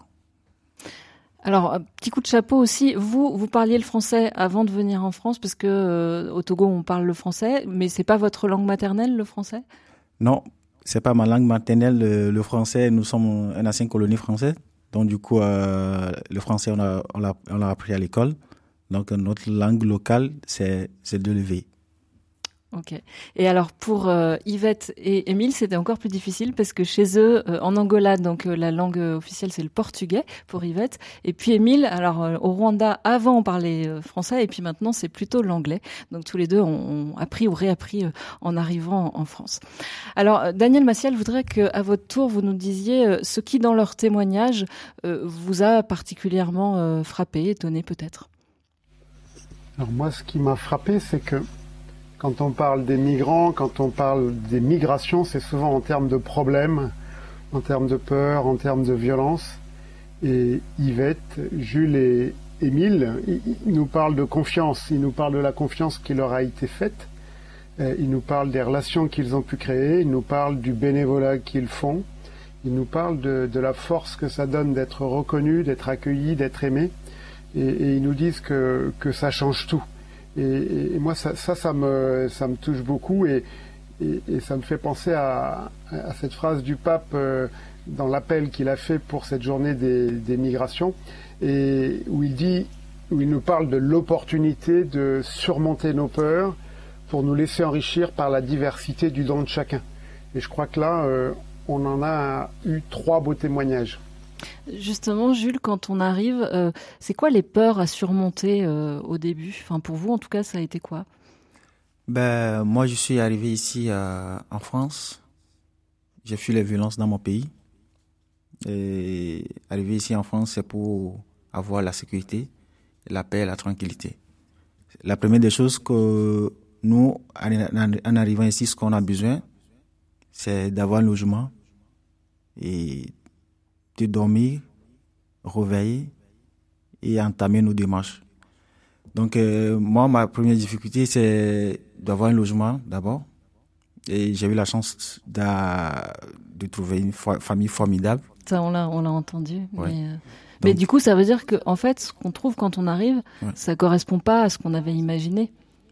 Speaker 2: Alors, petit coup de chapeau aussi. Vous parliez le français avant de venir en France, parce que au Togo, on parle le français, mais c'est pas votre langue maternelle, le français?
Speaker 6: Non, c'est pas ma langue maternelle. Le français, nous sommes une ancienne colonie française. Donc, du coup, le français, on l'a appris à l'école. Donc, notre langue locale, c'est de l'éveil.
Speaker 2: Ok. Et alors, pour Yvette et Émile, c'était encore plus difficile parce que chez eux, en Angola, donc la langue officielle, c'est le portugais pour Yvette. Et puis Émile, alors au Rwanda, avant, on parlait français et puis maintenant, c'est plutôt l'anglais. Donc, tous les deux ont appris ou réappris en arrivant en France. Alors, Daniel Maciel, je voudrais qu'à votre tour, vous nous disiez ce qui, dans leur témoignage, vous a particulièrement frappé, étonné peut-être.
Speaker 3: Alors moi, ce qui m'a frappé, c'est que quand on parle des migrants, quand on parle des migrations, c'est souvent en termes de problèmes, en termes de peur, en termes de violence. Et Yvette, Jules et Émile, ils nous parlent de confiance. Ils nous parlent de la confiance qui leur a été faite. Ils nous parlent des relations qu'ils ont pu créer. Ils nous parlent du bénévolat qu'ils font. Ils nous parlent de la force que ça donne d'être reconnu, d'être accueilli, d'être aimé. Et ils nous disent que ça change tout. Et moi, ça me touche beaucoup et ça me fait penser à cette phrase du pape dans l'appel qu'il a fait pour cette journée des migrations, et où il nous parle de l'opportunité de surmonter nos peurs pour nous laisser enrichir par la diversité du don de chacun. Et je crois que là, on en a eu 3 beaux témoignages.
Speaker 2: Justement, Jules, quand on arrive, c'est quoi les peurs à surmonter au début? Enfin, pour vous, en tout cas, ça a été quoi?
Speaker 6: Moi, je suis arrivé ici en France. J'ai fui les violences dans mon pays. Et arriver ici en France, c'est pour avoir la sécurité, la paix et la tranquillité. La première des choses que nous, en arrivant ici, ce qu'on a besoin, c'est d'avoir un logement et de dormir, réveiller et entamer nos démarches. Donc, moi, ma première difficulté, c'est d'avoir un logement d'abord. Et j'ai eu la chance de trouver une famille formidable.
Speaker 2: Ça, on l'a entendu.
Speaker 6: Ouais.
Speaker 2: Mais du coup, ça veut dire que, en fait, ce qu'on trouve quand on arrive, ça correspond pas à ce qu'on avait imaginé.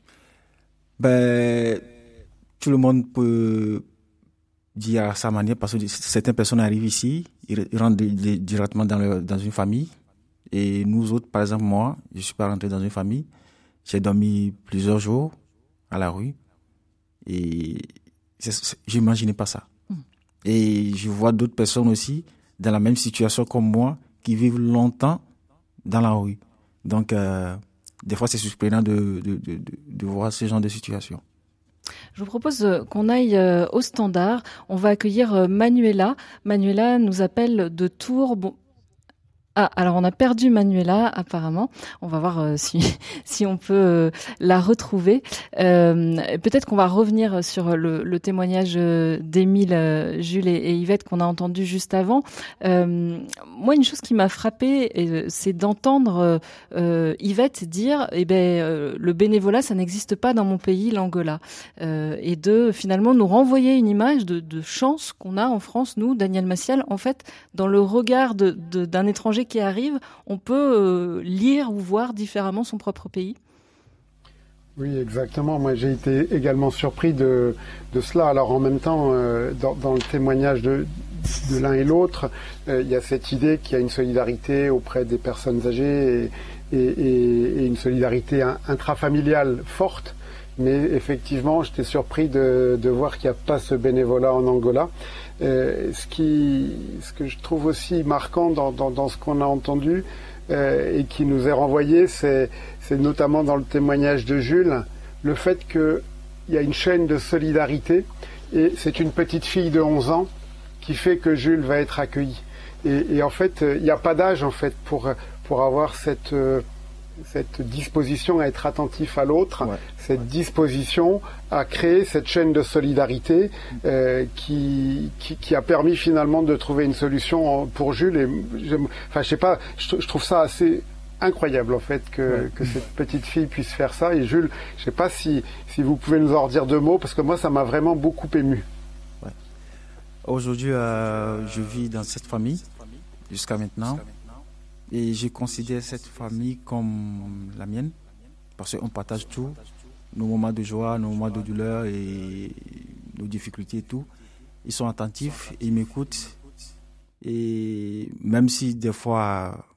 Speaker 6: Tout le monde peut dire à sa manière, parce que certaines personnes arrivent ici, ils rentrent directement dans une famille. Et nous autres, par exemple, moi, je suis pas rentré dans une famille. J'ai dormi plusieurs jours à la rue. Et j'imaginais pas ça. Et je vois d'autres personnes aussi dans la même situation comme moi qui vivent longtemps dans la rue. Donc, des fois, c'est surprenant de voir ce genre de situation.
Speaker 2: Je vous propose qu'on aille au standard. On va accueillir Manuela. Manuela nous appelle de Tours. Bon. Ah, alors on a perdu Manuela apparemment. On va voir si on peut la retrouver. Peut-être qu'on va revenir sur le témoignage d'Émile, Jules et Yvette qu'on a entendu juste avant. Moi, une chose qui m'a frappée, c'est d'entendre Yvette dire le bénévolat, ça n'existe pas dans mon pays, l'Angola. Et de finalement nous renvoyer une image de chance qu'on a en France, nous, Daniel Maciel. En fait, dans le regard d'un étranger qui arrive, on peut lire ou voir différemment son propre pays.
Speaker 3: Oui, exactement. Moi, j'ai été également surpris de cela. Alors, en même temps, dans le témoignage de l'un et l'autre, il y a cette idée qu'il y a une solidarité auprès des personnes âgées et une solidarité intrafamiliale forte. Mais effectivement, j'étais surpris de voir qu'il n'y a pas ce bénévolat en Angola. Ce que je trouve aussi marquant dans ce qu'on a entendu et qui nous est renvoyé, c'est notamment dans le témoignage de Jules, le fait qu'il y a une chaîne de solidarité Et c'est une petite fille de 11 ans qui fait que Jules va être accueilli. Et en fait, il n'y a pas d'âge en fait pour avoir cette disposition à être attentif à l'autre, cette disposition à créer cette chaîne de solidarité qui a permis finalement de trouver une solution pour Jules. Et je trouve ça assez incroyable en fait que cette petite fille puisse faire ça. Et Jules, je ne sais pas si vous pouvez nous en dire 2 mots, parce que moi ça m'a vraiment beaucoup ému.
Speaker 6: Aujourd'hui, je vis dans cette famille jusqu'à maintenant. Et je considère cette famille comme la mienne, parce qu'on partage tout, nos moments de joie, nos moments de douleur et nos difficultés et tout. Ils sont attentifs, ils m'écoutent. Et même si des fois,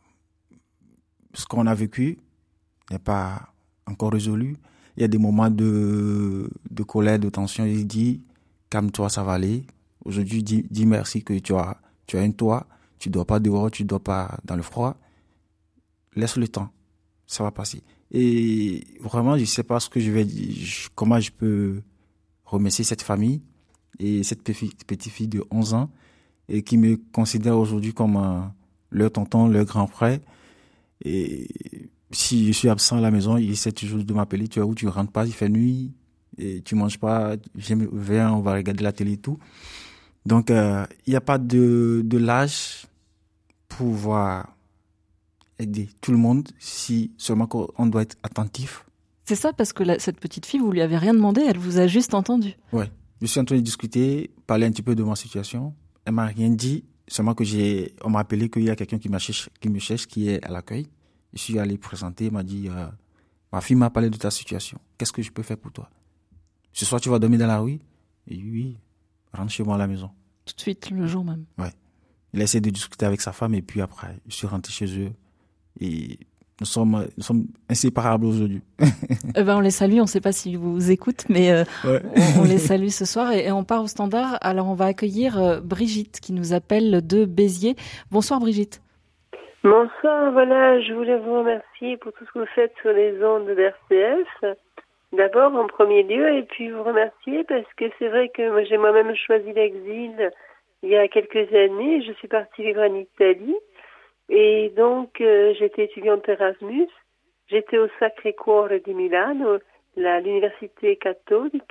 Speaker 6: ce qu'on a vécu n'est pas encore résolu, il y a des moments de colère, de tension. Il dit, calme-toi, ça va aller. Aujourd'hui, dis merci que tu as un toit, tu ne dors pas dehors, tu ne dors pas dans le froid. Laisse le temps, ça va passer. Et vraiment, je ne sais pas ce que je vais dire, comment je peux remercier cette famille et cette petite fille de 11 ans et qui me considère aujourd'hui comme leur tonton, leur grand frère. Et si je suis absent à la maison, il essaie toujours de m'appeler, tu es où, tu ne rentres pas, il fait nuit, et tu ne manges pas, viens, on va regarder la télé et tout. Donc, il n'y a pas de l'âge pour pouvoir aider tout le monde, si seulement on doit être attentif.
Speaker 2: C'est ça, parce que cette petite fille, vous lui avez rien demandé, elle vous a juste entendu.
Speaker 6: Oui, je suis en train de discuter, parler un petit peu de ma situation. Elle m'a rien dit, seulement que on m'a appelé qu'il y a quelqu'un qui me cherche, qui est à l'accueil. Je suis allé présenter, il m'a dit, ma fille m'a parlé de ta situation. Qu'est-ce que je peux faire pour toi? Ce soir, tu vas dormir dans la rue? Et oui, rentre chez moi à la maison.
Speaker 2: Tout de suite, le jour même.
Speaker 6: Ouais. Il a essayé de discuter avec sa femme et puis après, je suis rentré chez eux. Et nous sommes inséparables aujourd'hui.
Speaker 2: On les salue, on ne sait pas s'ils vous écoutent, mais on les salue ce soir et on part au standard. Alors on va accueillir Brigitte qui nous appelle de Béziers. Bonsoir Brigitte.
Speaker 9: Bonsoir, voilà, je voulais vous remercier pour tout ce que vous faites sur les ondes de l'RCF. D'abord en premier lieu, et puis vous remercier parce que c'est vrai que moi, j'ai moi-même choisi l'exil il y a quelques années. Je suis partie vivre en Italie. Et donc, j'étais étudiante Erasmus, j'étais au Sacré Cuore di Milano, l'université catholique,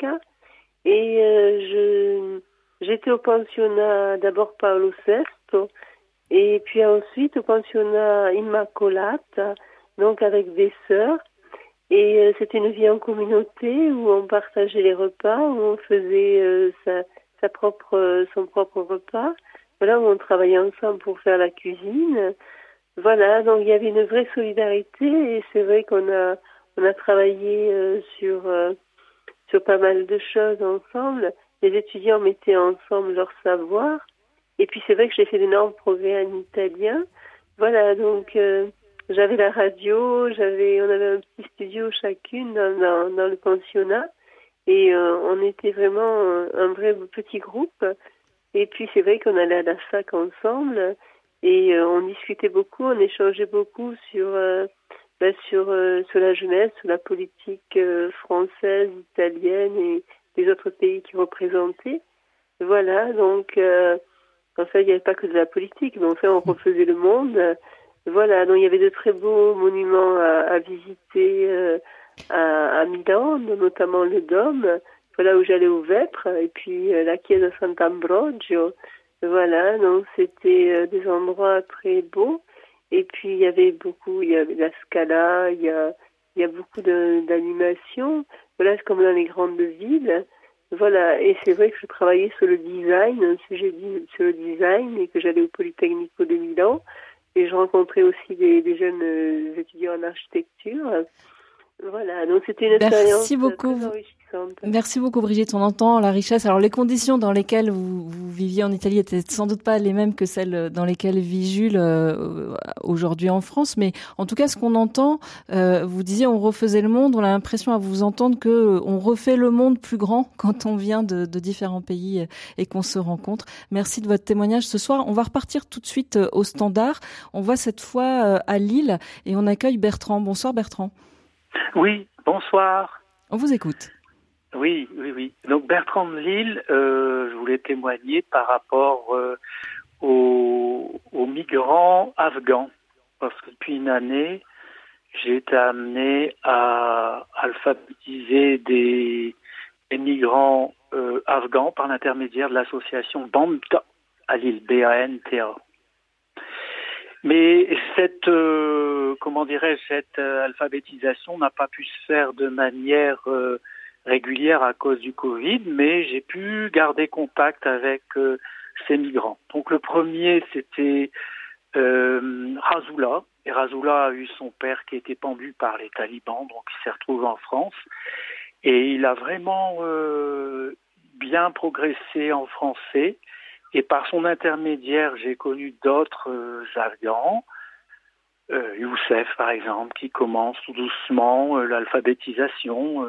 Speaker 9: et j'étais au pensionnat d'abord Paolo VI, et puis ensuite au pensionnat Immacolata, donc avec des sœurs, et c'était une vie en communauté où on partageait les repas, où on faisait son propre repas. Voilà, où on travaillait ensemble pour faire la cuisine. Voilà, donc il y avait une vraie solidarité et c'est vrai qu'on a travaillé sur pas mal de choses ensemble. Les étudiants mettaient ensemble leur savoir. Et puis c'est vrai que j'ai fait d'énormes progrès en italien. Voilà, donc j'avais la radio, on avait un petit studio chacune dans le pensionnat. Et on était vraiment un vrai petit groupe. Et puis c'est vrai qu'on allait à la fac ensemble et on discutait beaucoup, on échangeait beaucoup sur la jeunesse, sur la politique française, italienne et les autres pays qui représentaient. Voilà, donc en fait il n'y avait pas que de la politique, mais en fait on refaisait le monde. Voilà, donc il y avait de très beaux monuments à visiter à Milan, notamment le Dôme. Voilà où j'allais au Vêpres, et puis la Chiesa Sant'Ambrogio. Voilà, donc c'était des endroits très beaux. Et puis il y avait la Scala, il y a beaucoup d'animations. Voilà, c'est comme dans les grandes villes. Voilà, et c'est vrai que je travaillais sur le design, un sujet sur le design, et que j'allais au Politecnico de Milan. Et je rencontrais aussi des jeunes étudiants en architecture. Voilà, donc c'était une expérience très enrichissante.
Speaker 2: Merci beaucoup Brigitte, on entend la richesse. Alors les conditions dans lesquelles vous viviez en Italie étaient sans doute pas les mêmes que celles dans lesquelles vit Jules aujourd'hui en France, mais en tout cas ce qu'on entend, vous disiez on refaisait le monde, on a l'impression à vous entendre que on refait le monde plus grand quand on vient de différents pays et qu'on se rencontre. Merci de votre témoignage ce soir. On va repartir tout de suite au standard. On va cette fois à Lille et on accueille Bertrand. Bonsoir Bertrand.
Speaker 10: Oui, bonsoir.
Speaker 2: On vous écoute.
Speaker 10: Oui. Donc Bertrand de Lille, je voulais témoigner par rapport aux migrants afghans. Parce que depuis une année, j'ai été amené à alphabétiser des migrants afghans par l'intermédiaire de l'association BANTA à Lille, BANTA. Mais cette alphabétisation n'a pas pu se faire de manière régulière à cause du Covid, mais j'ai pu garder contact avec ces migrants. Donc le premier, c'était Razoula. Et Razoula a eu son père qui a été pendu par les talibans, donc il s'est retrouvé en France. Et il a vraiment bien progressé en français. Et par son intermédiaire, j'ai connu d'autres Afghans, Youssef par exemple, qui commence tout doucement l'alphabétisation.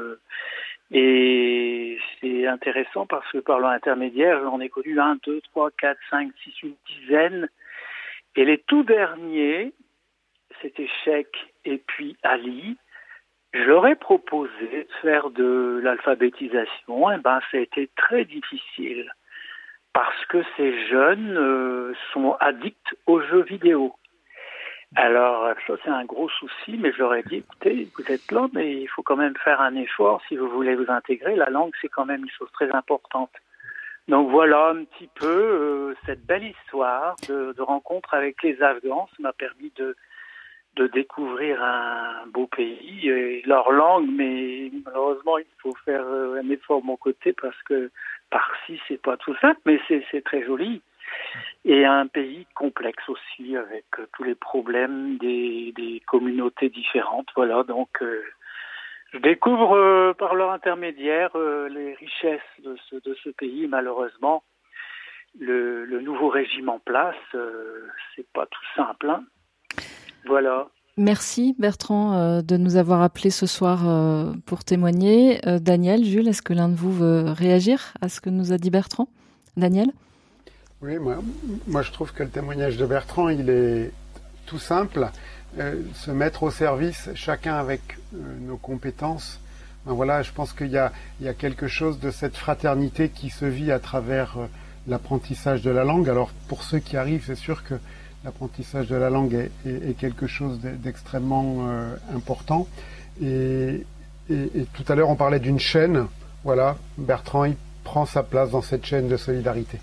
Speaker 10: Et c'est intéressant parce que par leur intermédiaire, j'en ai connu 1, 2, 3, 4, 5, 6, une dizaine. Et les tout derniers, c'était Cheikh et puis Ali. Je leur ai proposé de faire de l'alphabétisation. Et ça a été très difficile. Parce que ces jeunes sont addicts aux jeux vidéo. Alors, ça c'est un gros souci, mais je leur ai dit, écoutez, vous êtes là, mais il faut quand même faire un effort si vous voulez vous intégrer. La langue, c'est quand même une chose très importante. Donc voilà un petit peu cette belle histoire de rencontre avec les Afghans. Ça m'a permis de découvrir un beau pays et leur langue, mais malheureusement, il faut faire un effort de mon côté parce que par-ci, c'est pas tout simple, mais c'est très joli. Et un pays complexe aussi, avec tous les problèmes des communautés différentes. Voilà, donc je découvre par leur intermédiaire les richesses de ce pays. Malheureusement, le nouveau régime en place, c'est pas tout simple, hein. Voilà.
Speaker 2: Merci Bertrand de nous avoir appelés ce soir pour témoigner. Daniel, Jules, est-ce que l'un de vous veut réagir à ce que nous a dit Bertrand ? Daniel ?
Speaker 3: Oui, moi je trouve que le témoignage de Bertrand, il est tout simple. Se mettre au service, chacun avec nos compétences. Voilà, je pense qu'il y a quelque chose de cette fraternité qui se vit à travers l'apprentissage de la langue. Alors pour ceux qui arrivent, c'est sûr que l'apprentissage de la langue est quelque chose d'extrêmement important. Et tout à l'heure, on parlait d'une chaîne. Voilà, Bertrand, il prend sa place dans cette chaîne de solidarité.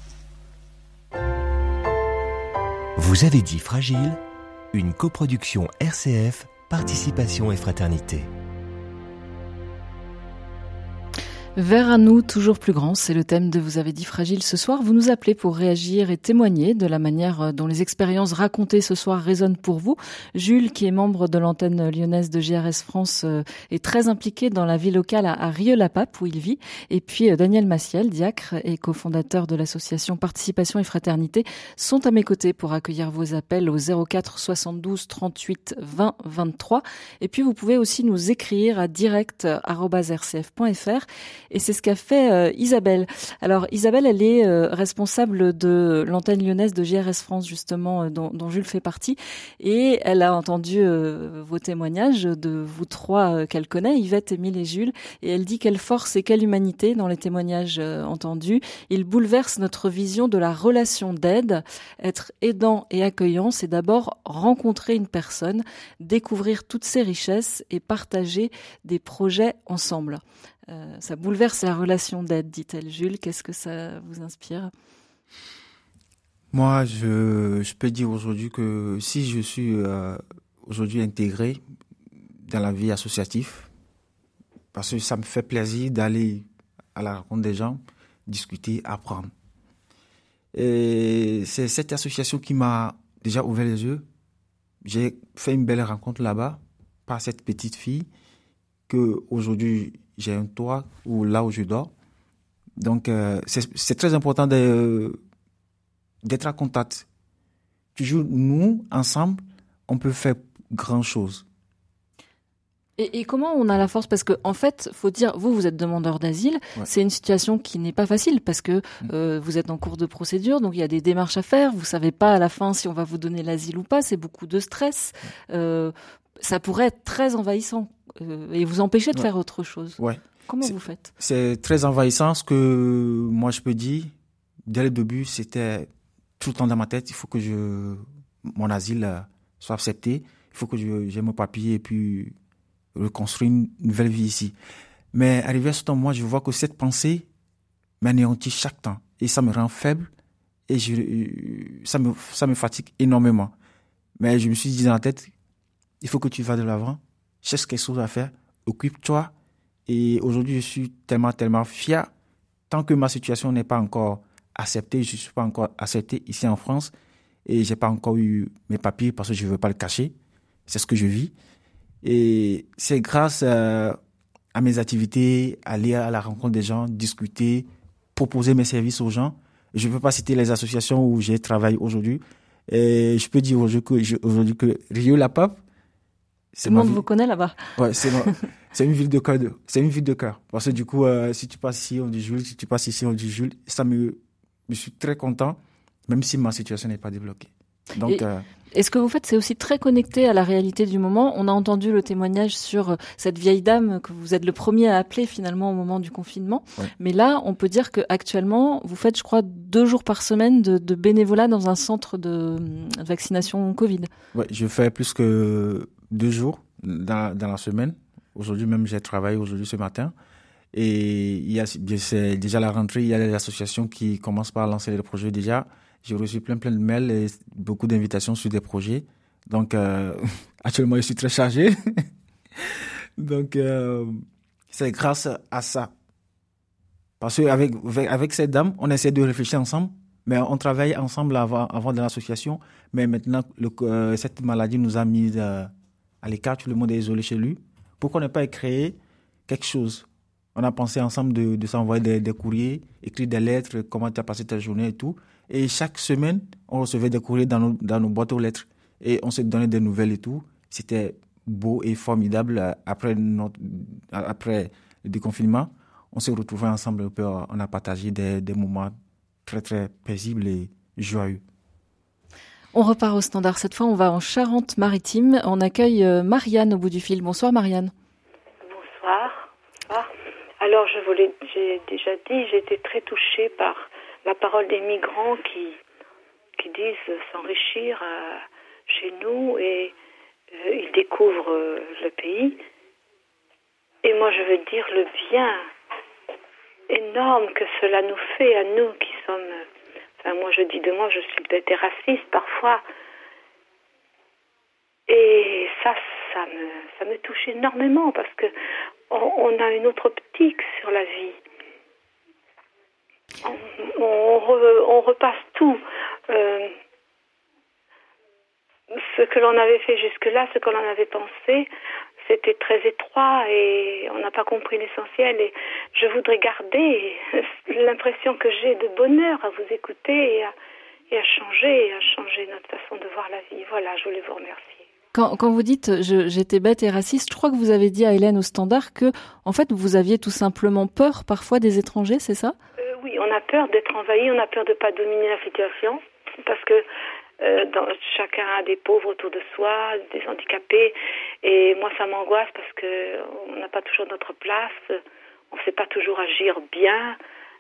Speaker 1: Vous avez dit Fragile, une coproduction RCF, Participation et Fraternité.
Speaker 2: Vers à nous, toujours plus grand, c'est le thème de Vous avez dit Fragile ce soir. Vous nous appelez pour réagir et témoigner de la manière dont les expériences racontées ce soir résonnent pour vous. Jules, qui est membre de l'antenne lyonnaise de JRS France, est très impliqué dans la vie locale à Rieux-la-Pape, où il vit. Et puis Daniel Massiel, diacre et cofondateur de l'association Participation et Fraternité, sont à mes côtés pour accueillir vos appels au 04 72 38 20 23. Et puis vous pouvez aussi nous écrire à direct@rcf.fr. Et c'est ce qu'a fait Isabelle. Alors Isabelle, elle est responsable de l'antenne lyonnaise de JRS France, justement, dont Jules fait partie. Et elle a entendu vos témoignages de vous trois qu'elle connaît, Yvette, Émile et Jules. Et elle dit quelle force et quelle humanité dans les témoignages entendus. Ils bouleversent notre vision de la relation d'aide. Être aidant et accueillant, c'est d'abord rencontrer une personne, découvrir toutes ses richesses et partager des projets ensemble. Ça bouleverse la relation d'aide, dit-elle. Jules, qu'est-ce que ça vous inspire ?
Speaker 6: Moi, je peux dire aujourd'hui que si je suis aujourd'hui intégré dans la vie associative, parce que ça me fait plaisir d'aller à la rencontre des gens, discuter, apprendre. Et c'est cette association qui m'a déjà ouvert les yeux. J'ai fait une belle rencontre là-bas par cette petite fille que aujourd'hui j'ai un toit là où je dors. Donc c'est très important d'être en contact. Toujours nous ensemble, on peut faire grand chose.
Speaker 2: Et comment on a la force ? Parce que en fait, faut dire, vous êtes demandeur d'asile. Ouais. C'est une situation qui n'est pas facile parce que vous êtes en cours de procédure, donc il y a des démarches à faire. Vous savez pas à la fin si on va vous donner l'asile ou pas. C'est beaucoup de stress. Ça pourrait être très envahissant et vous empêcher de faire autre chose.
Speaker 6: Ouais.
Speaker 2: Comment vous faites?
Speaker 6: C'est très envahissant. Ce que moi je peux dire, dès le début, c'était tout le temps dans ma tête. Il faut que mon asile soit accepté. Il faut que j'ai mon papier et puis reconstruire une nouvelle vie ici. Mais arrivé à ce temps, moi, je vois que cette pensée m'anéantit chaque temps. Et ça me rend faible et ça me fatigue énormément. Mais je me suis dit dans la tête, il faut que tu vas de l'avant, cherche quelque chose à faire, occupe-toi. Et aujourd'hui, je suis tellement fier. Tant que ma situation n'est pas encore acceptée, je ne suis pas encore accepté ici en France et je n'ai pas encore eu mes papiers parce que je ne veux pas le cacher. C'est ce que je vis. Et c'est grâce à mes activités, aller à la rencontre des gens, discuter, proposer mes services aux gens. Je ne peux pas citer les associations où j'ai travaillé aujourd'hui. Et je peux dire aujourd'hui que Rio La Pape,
Speaker 2: tout le monde vous connaît là-bas.
Speaker 6: Ouais, c'est une ville de cœur. C'est une ville de cœur. Parce que du coup, si tu passes ici, on dit Jules. Si tu passes ici, on dit Jules. Je suis très content, même si ma situation n'est pas débloquée. Donc,
Speaker 2: et ce que vous faites, c'est aussi très connecté à la réalité du moment. On a entendu le témoignage sur cette vieille dame que vous êtes le premier à appeler finalement au moment du confinement. Ouais. Mais là, on peut dire qu'actuellement, vous faites, je crois, 2 jours par semaine de bénévolat dans un centre de vaccination Covid.
Speaker 6: Oui, je fais plus que 2 jours dans la semaine. Aujourd'hui même, j'ai travaillé ce matin. Et c'est déjà la rentrée, il y a des associations qui commencent par lancer les projets déjà. J'ai reçu plein de mails et beaucoup d'invitations sur des projets. Donc, actuellement, je suis très chargé. Donc, c'est grâce à ça. Parce qu'avec cette dame, on essaie de réfléchir ensemble, mais on travaille ensemble avant de l'association. Mais maintenant, cette maladie nous a mis à l'écart, tout le monde est isolé chez lui. Pourquoi ne pas créer quelque chose? On a pensé ensemble de s'envoyer des courriers, écrire des lettres, comment tu as passé ta journée et tout. Et chaque semaine, on recevait des courriers dans nos boîtes aux lettres. Et on se donnait des nouvelles et tout. C'était beau et formidable. Après le déconfinement, on s'est retrouvés ensemble. On a partagé des moments très, très paisibles et joyeux.
Speaker 2: On repart au standard. Cette fois, on va en Charente-Maritime. On accueille Marianne au bout du fil. Bonsoir, Marianne.
Speaker 11: Bonsoir. Alors, j'ai déjà dit, j'ai été très touchée par la parole des migrants qui disent s'enrichir chez nous et ils découvrent le pays. Et moi, je veux dire le bien énorme que cela nous fait à nous qui sommes... Enfin, moi, je dis de moi, je suis peut-être raciste parfois. Et ça me touche énormément parce que on a une autre optique sur la vie. On repasse tout. Ce que l'on avait fait jusque-là, ce que l'on avait pensé, c'était très étroit et on n'a pas compris l'essentiel. Et je voudrais garder l'impression que j'ai de bonheur à vous écouter et à changer notre façon de voir la vie. Voilà, je voulais vous remercier.
Speaker 2: Quand vous dites j'étais bête et raciste, je crois que vous avez dit à Hélène au standard que, en fait, vous aviez tout simplement peur parfois des étrangers, c'est ça?
Speaker 11: Oui, on a peur d'être envahi, on a peur de ne pas dominer la situation, parce que chacun a des pauvres autour de soi, des handicapés, et moi ça m'angoisse parce que on n'a pas toujours notre place, on ne sait pas toujours agir bien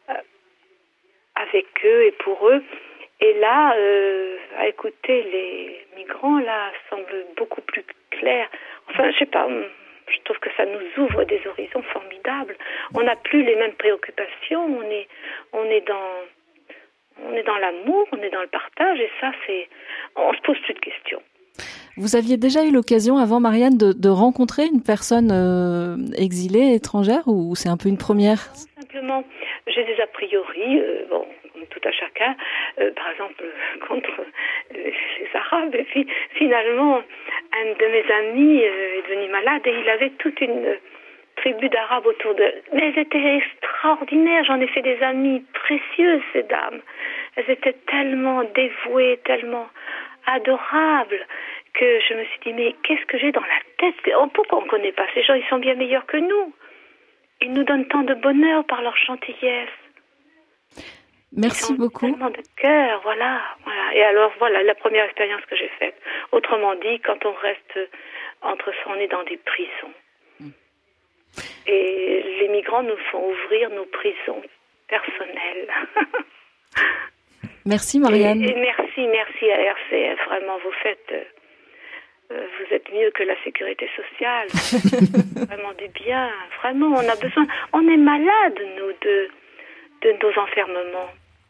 Speaker 11: avec eux et pour eux. Et là, à écouter les migrants, là, semble beaucoup plus clair. Enfin, je sais pas, je trouve que ça nous ouvre des horizons formidables. On n'a plus les mêmes préoccupations, on est dans l'amour, on est dans le partage, et ça, on se pose plus de questions.
Speaker 2: Vous aviez déjà eu l'occasion, avant Marianne, de rencontrer une personne exilée, étrangère, ou c'est un peu une première?
Speaker 11: Non, simplement, j'ai des a priori, comme tout à chacun, par exemple, contre les Arabes. Et puis, finalement, un de mes amis est devenu malade et il avait toute une tribu d'Arabes autour d'eux. Mais elles étaient extraordinaires. J'en ai fait des amies précieuses, ces dames. Elles étaient tellement dévouées, tellement adorables, que je me suis dit, mais qu'est-ce que j'ai dans la tête? Pourquoi on ne connaît pas ces gens? Ils sont bien meilleurs que nous. Ils nous donnent tant de bonheur par leur gentillesse.
Speaker 2: Merci beaucoup.
Speaker 11: Tellement de cœur, voilà. Et alors, voilà la première expérience que j'ai faite. Autrement dit, quand on reste entre soi, on est dans des prisons. Et les migrants nous font ouvrir nos prisons personnelles.
Speaker 2: Merci Marianne.
Speaker 11: Et merci à RCF. Vraiment, vous êtes mieux que la sécurité sociale. Vraiment du bien. Vraiment, on a besoin. On est malade, nous, de nos enfermements.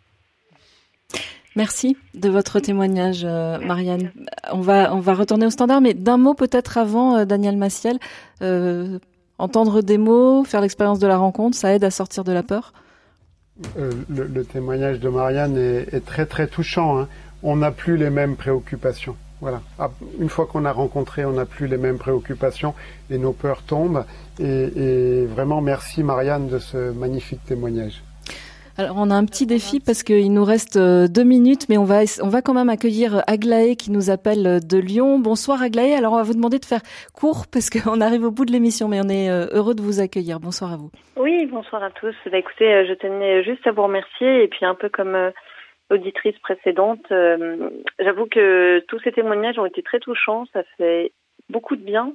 Speaker 2: Merci de votre témoignage, Marianne. On va retourner au standard, mais d'un mot peut-être avant, Daniel Massiel. Entendre des mots, faire l'expérience de la rencontre, ça aide à sortir de la peur.
Speaker 3: Le témoignage de Marianne est très très touchant. Hein. On n'a plus les mêmes préoccupations. Voilà. Une fois qu'on a rencontré, on n'a plus les mêmes préoccupations et nos peurs tombent. Et vraiment, merci Marianne de ce magnifique témoignage.
Speaker 2: Alors on a un petit défi parce qu'il nous reste 2 minutes, mais on va quand même accueillir Aglaé qui nous appelle de Lyon. Bonsoir Aglaé. Alors on va vous demander de faire court parce qu'on arrive au bout de l'émission, mais on est heureux de vous accueillir. Bonsoir à vous.
Speaker 12: Oui, bonsoir à tous. Écoutez, je tenais juste à vous remercier et puis un peu comme l'auditrice précédente, j'avoue que tous ces témoignages ont été très touchants. Ça fait beaucoup de bien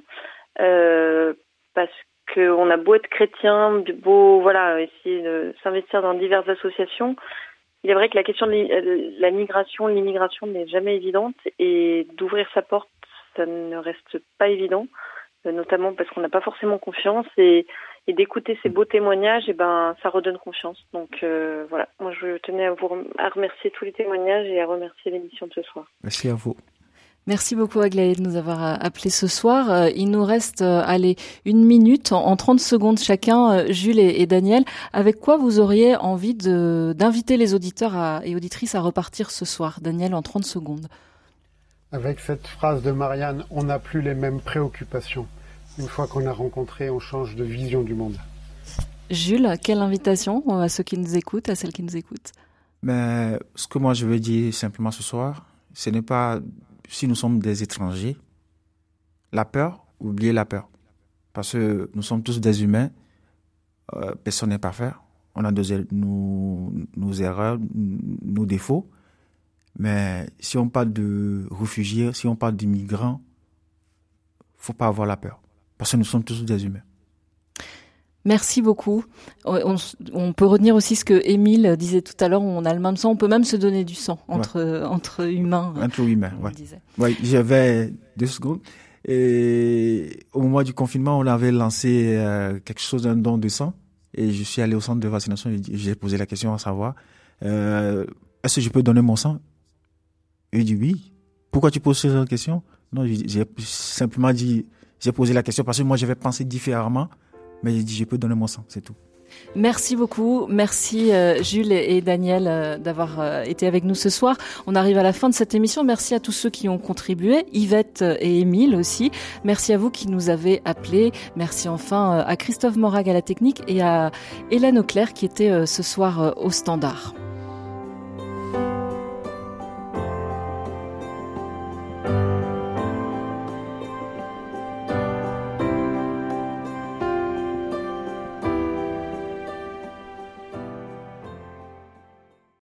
Speaker 12: parce qu'on a beau être chrétien, beau essayer de s'investir dans diverses associations. Il est vrai que la question de la migration, l'immigration n'est jamais évidente et d'ouvrir sa porte, ça ne reste pas évident, notamment parce qu'on n'a pas forcément confiance et d'écouter ces beaux témoignages, ça redonne confiance. Donc moi je tenais à remercier tous les témoignages et à remercier l'émission de ce soir.
Speaker 6: Merci à vous.
Speaker 2: Merci beaucoup Aglaé de nous avoir appelé ce soir. Il nous reste 1 minute, en 30 secondes chacun, Jules et Daniel. Avec quoi vous auriez envie d'inviter les auditeurs et auditrices à repartir ce soir? Daniel, en 30 secondes.
Speaker 3: Avec cette phrase de Marianne, on n'a plus les mêmes préoccupations. Une fois qu'on a rencontré, on change de vision du monde.
Speaker 2: Jules, quelle invitation à ceux qui nous écoutent, à celles qui nous écoutent?
Speaker 6: Mais ce que moi je veux dire simplement ce soir, ce n'est pas si nous sommes des étrangers, la peur, oubliez la peur. Parce que nous sommes tous des humains, personne n'est parfait, on a nos erreurs, nos défauts. Mais si on parle de réfugiés, si on parle d'immigrants, faut pas avoir la peur. Parce que nous sommes tous des humains.
Speaker 2: Merci beaucoup. On peut retenir aussi ce que Émile disait tout à l'heure, on a le même sang, on peut même se donner du sang entre humains.
Speaker 6: Entre humains, oui. Ouais, j'avais 2 secondes. Et au moment du confinement, on avait lancé quelque chose d'un don de sang. Et je suis allé au centre de vaccination et j'ai posé la question à savoir, est-ce que je peux donner mon sang? Et il dit oui. Pourquoi tu poses cette question? Non, j'ai simplement dit, j'ai posé la question parce que moi j'avais pensé différemment. Mais j'ai dit, je peux donner mon sang, c'est tout.
Speaker 2: Merci beaucoup. Merci Jules et Daniel d'avoir été avec nous ce soir. On arrive à la fin de cette émission. Merci à tous ceux qui ont contribué, Yvette et Émile aussi. Merci à vous qui nous avez appelés. Merci enfin à Christophe Morag à la technique et à Hélène Auclair qui était ce soir au standard.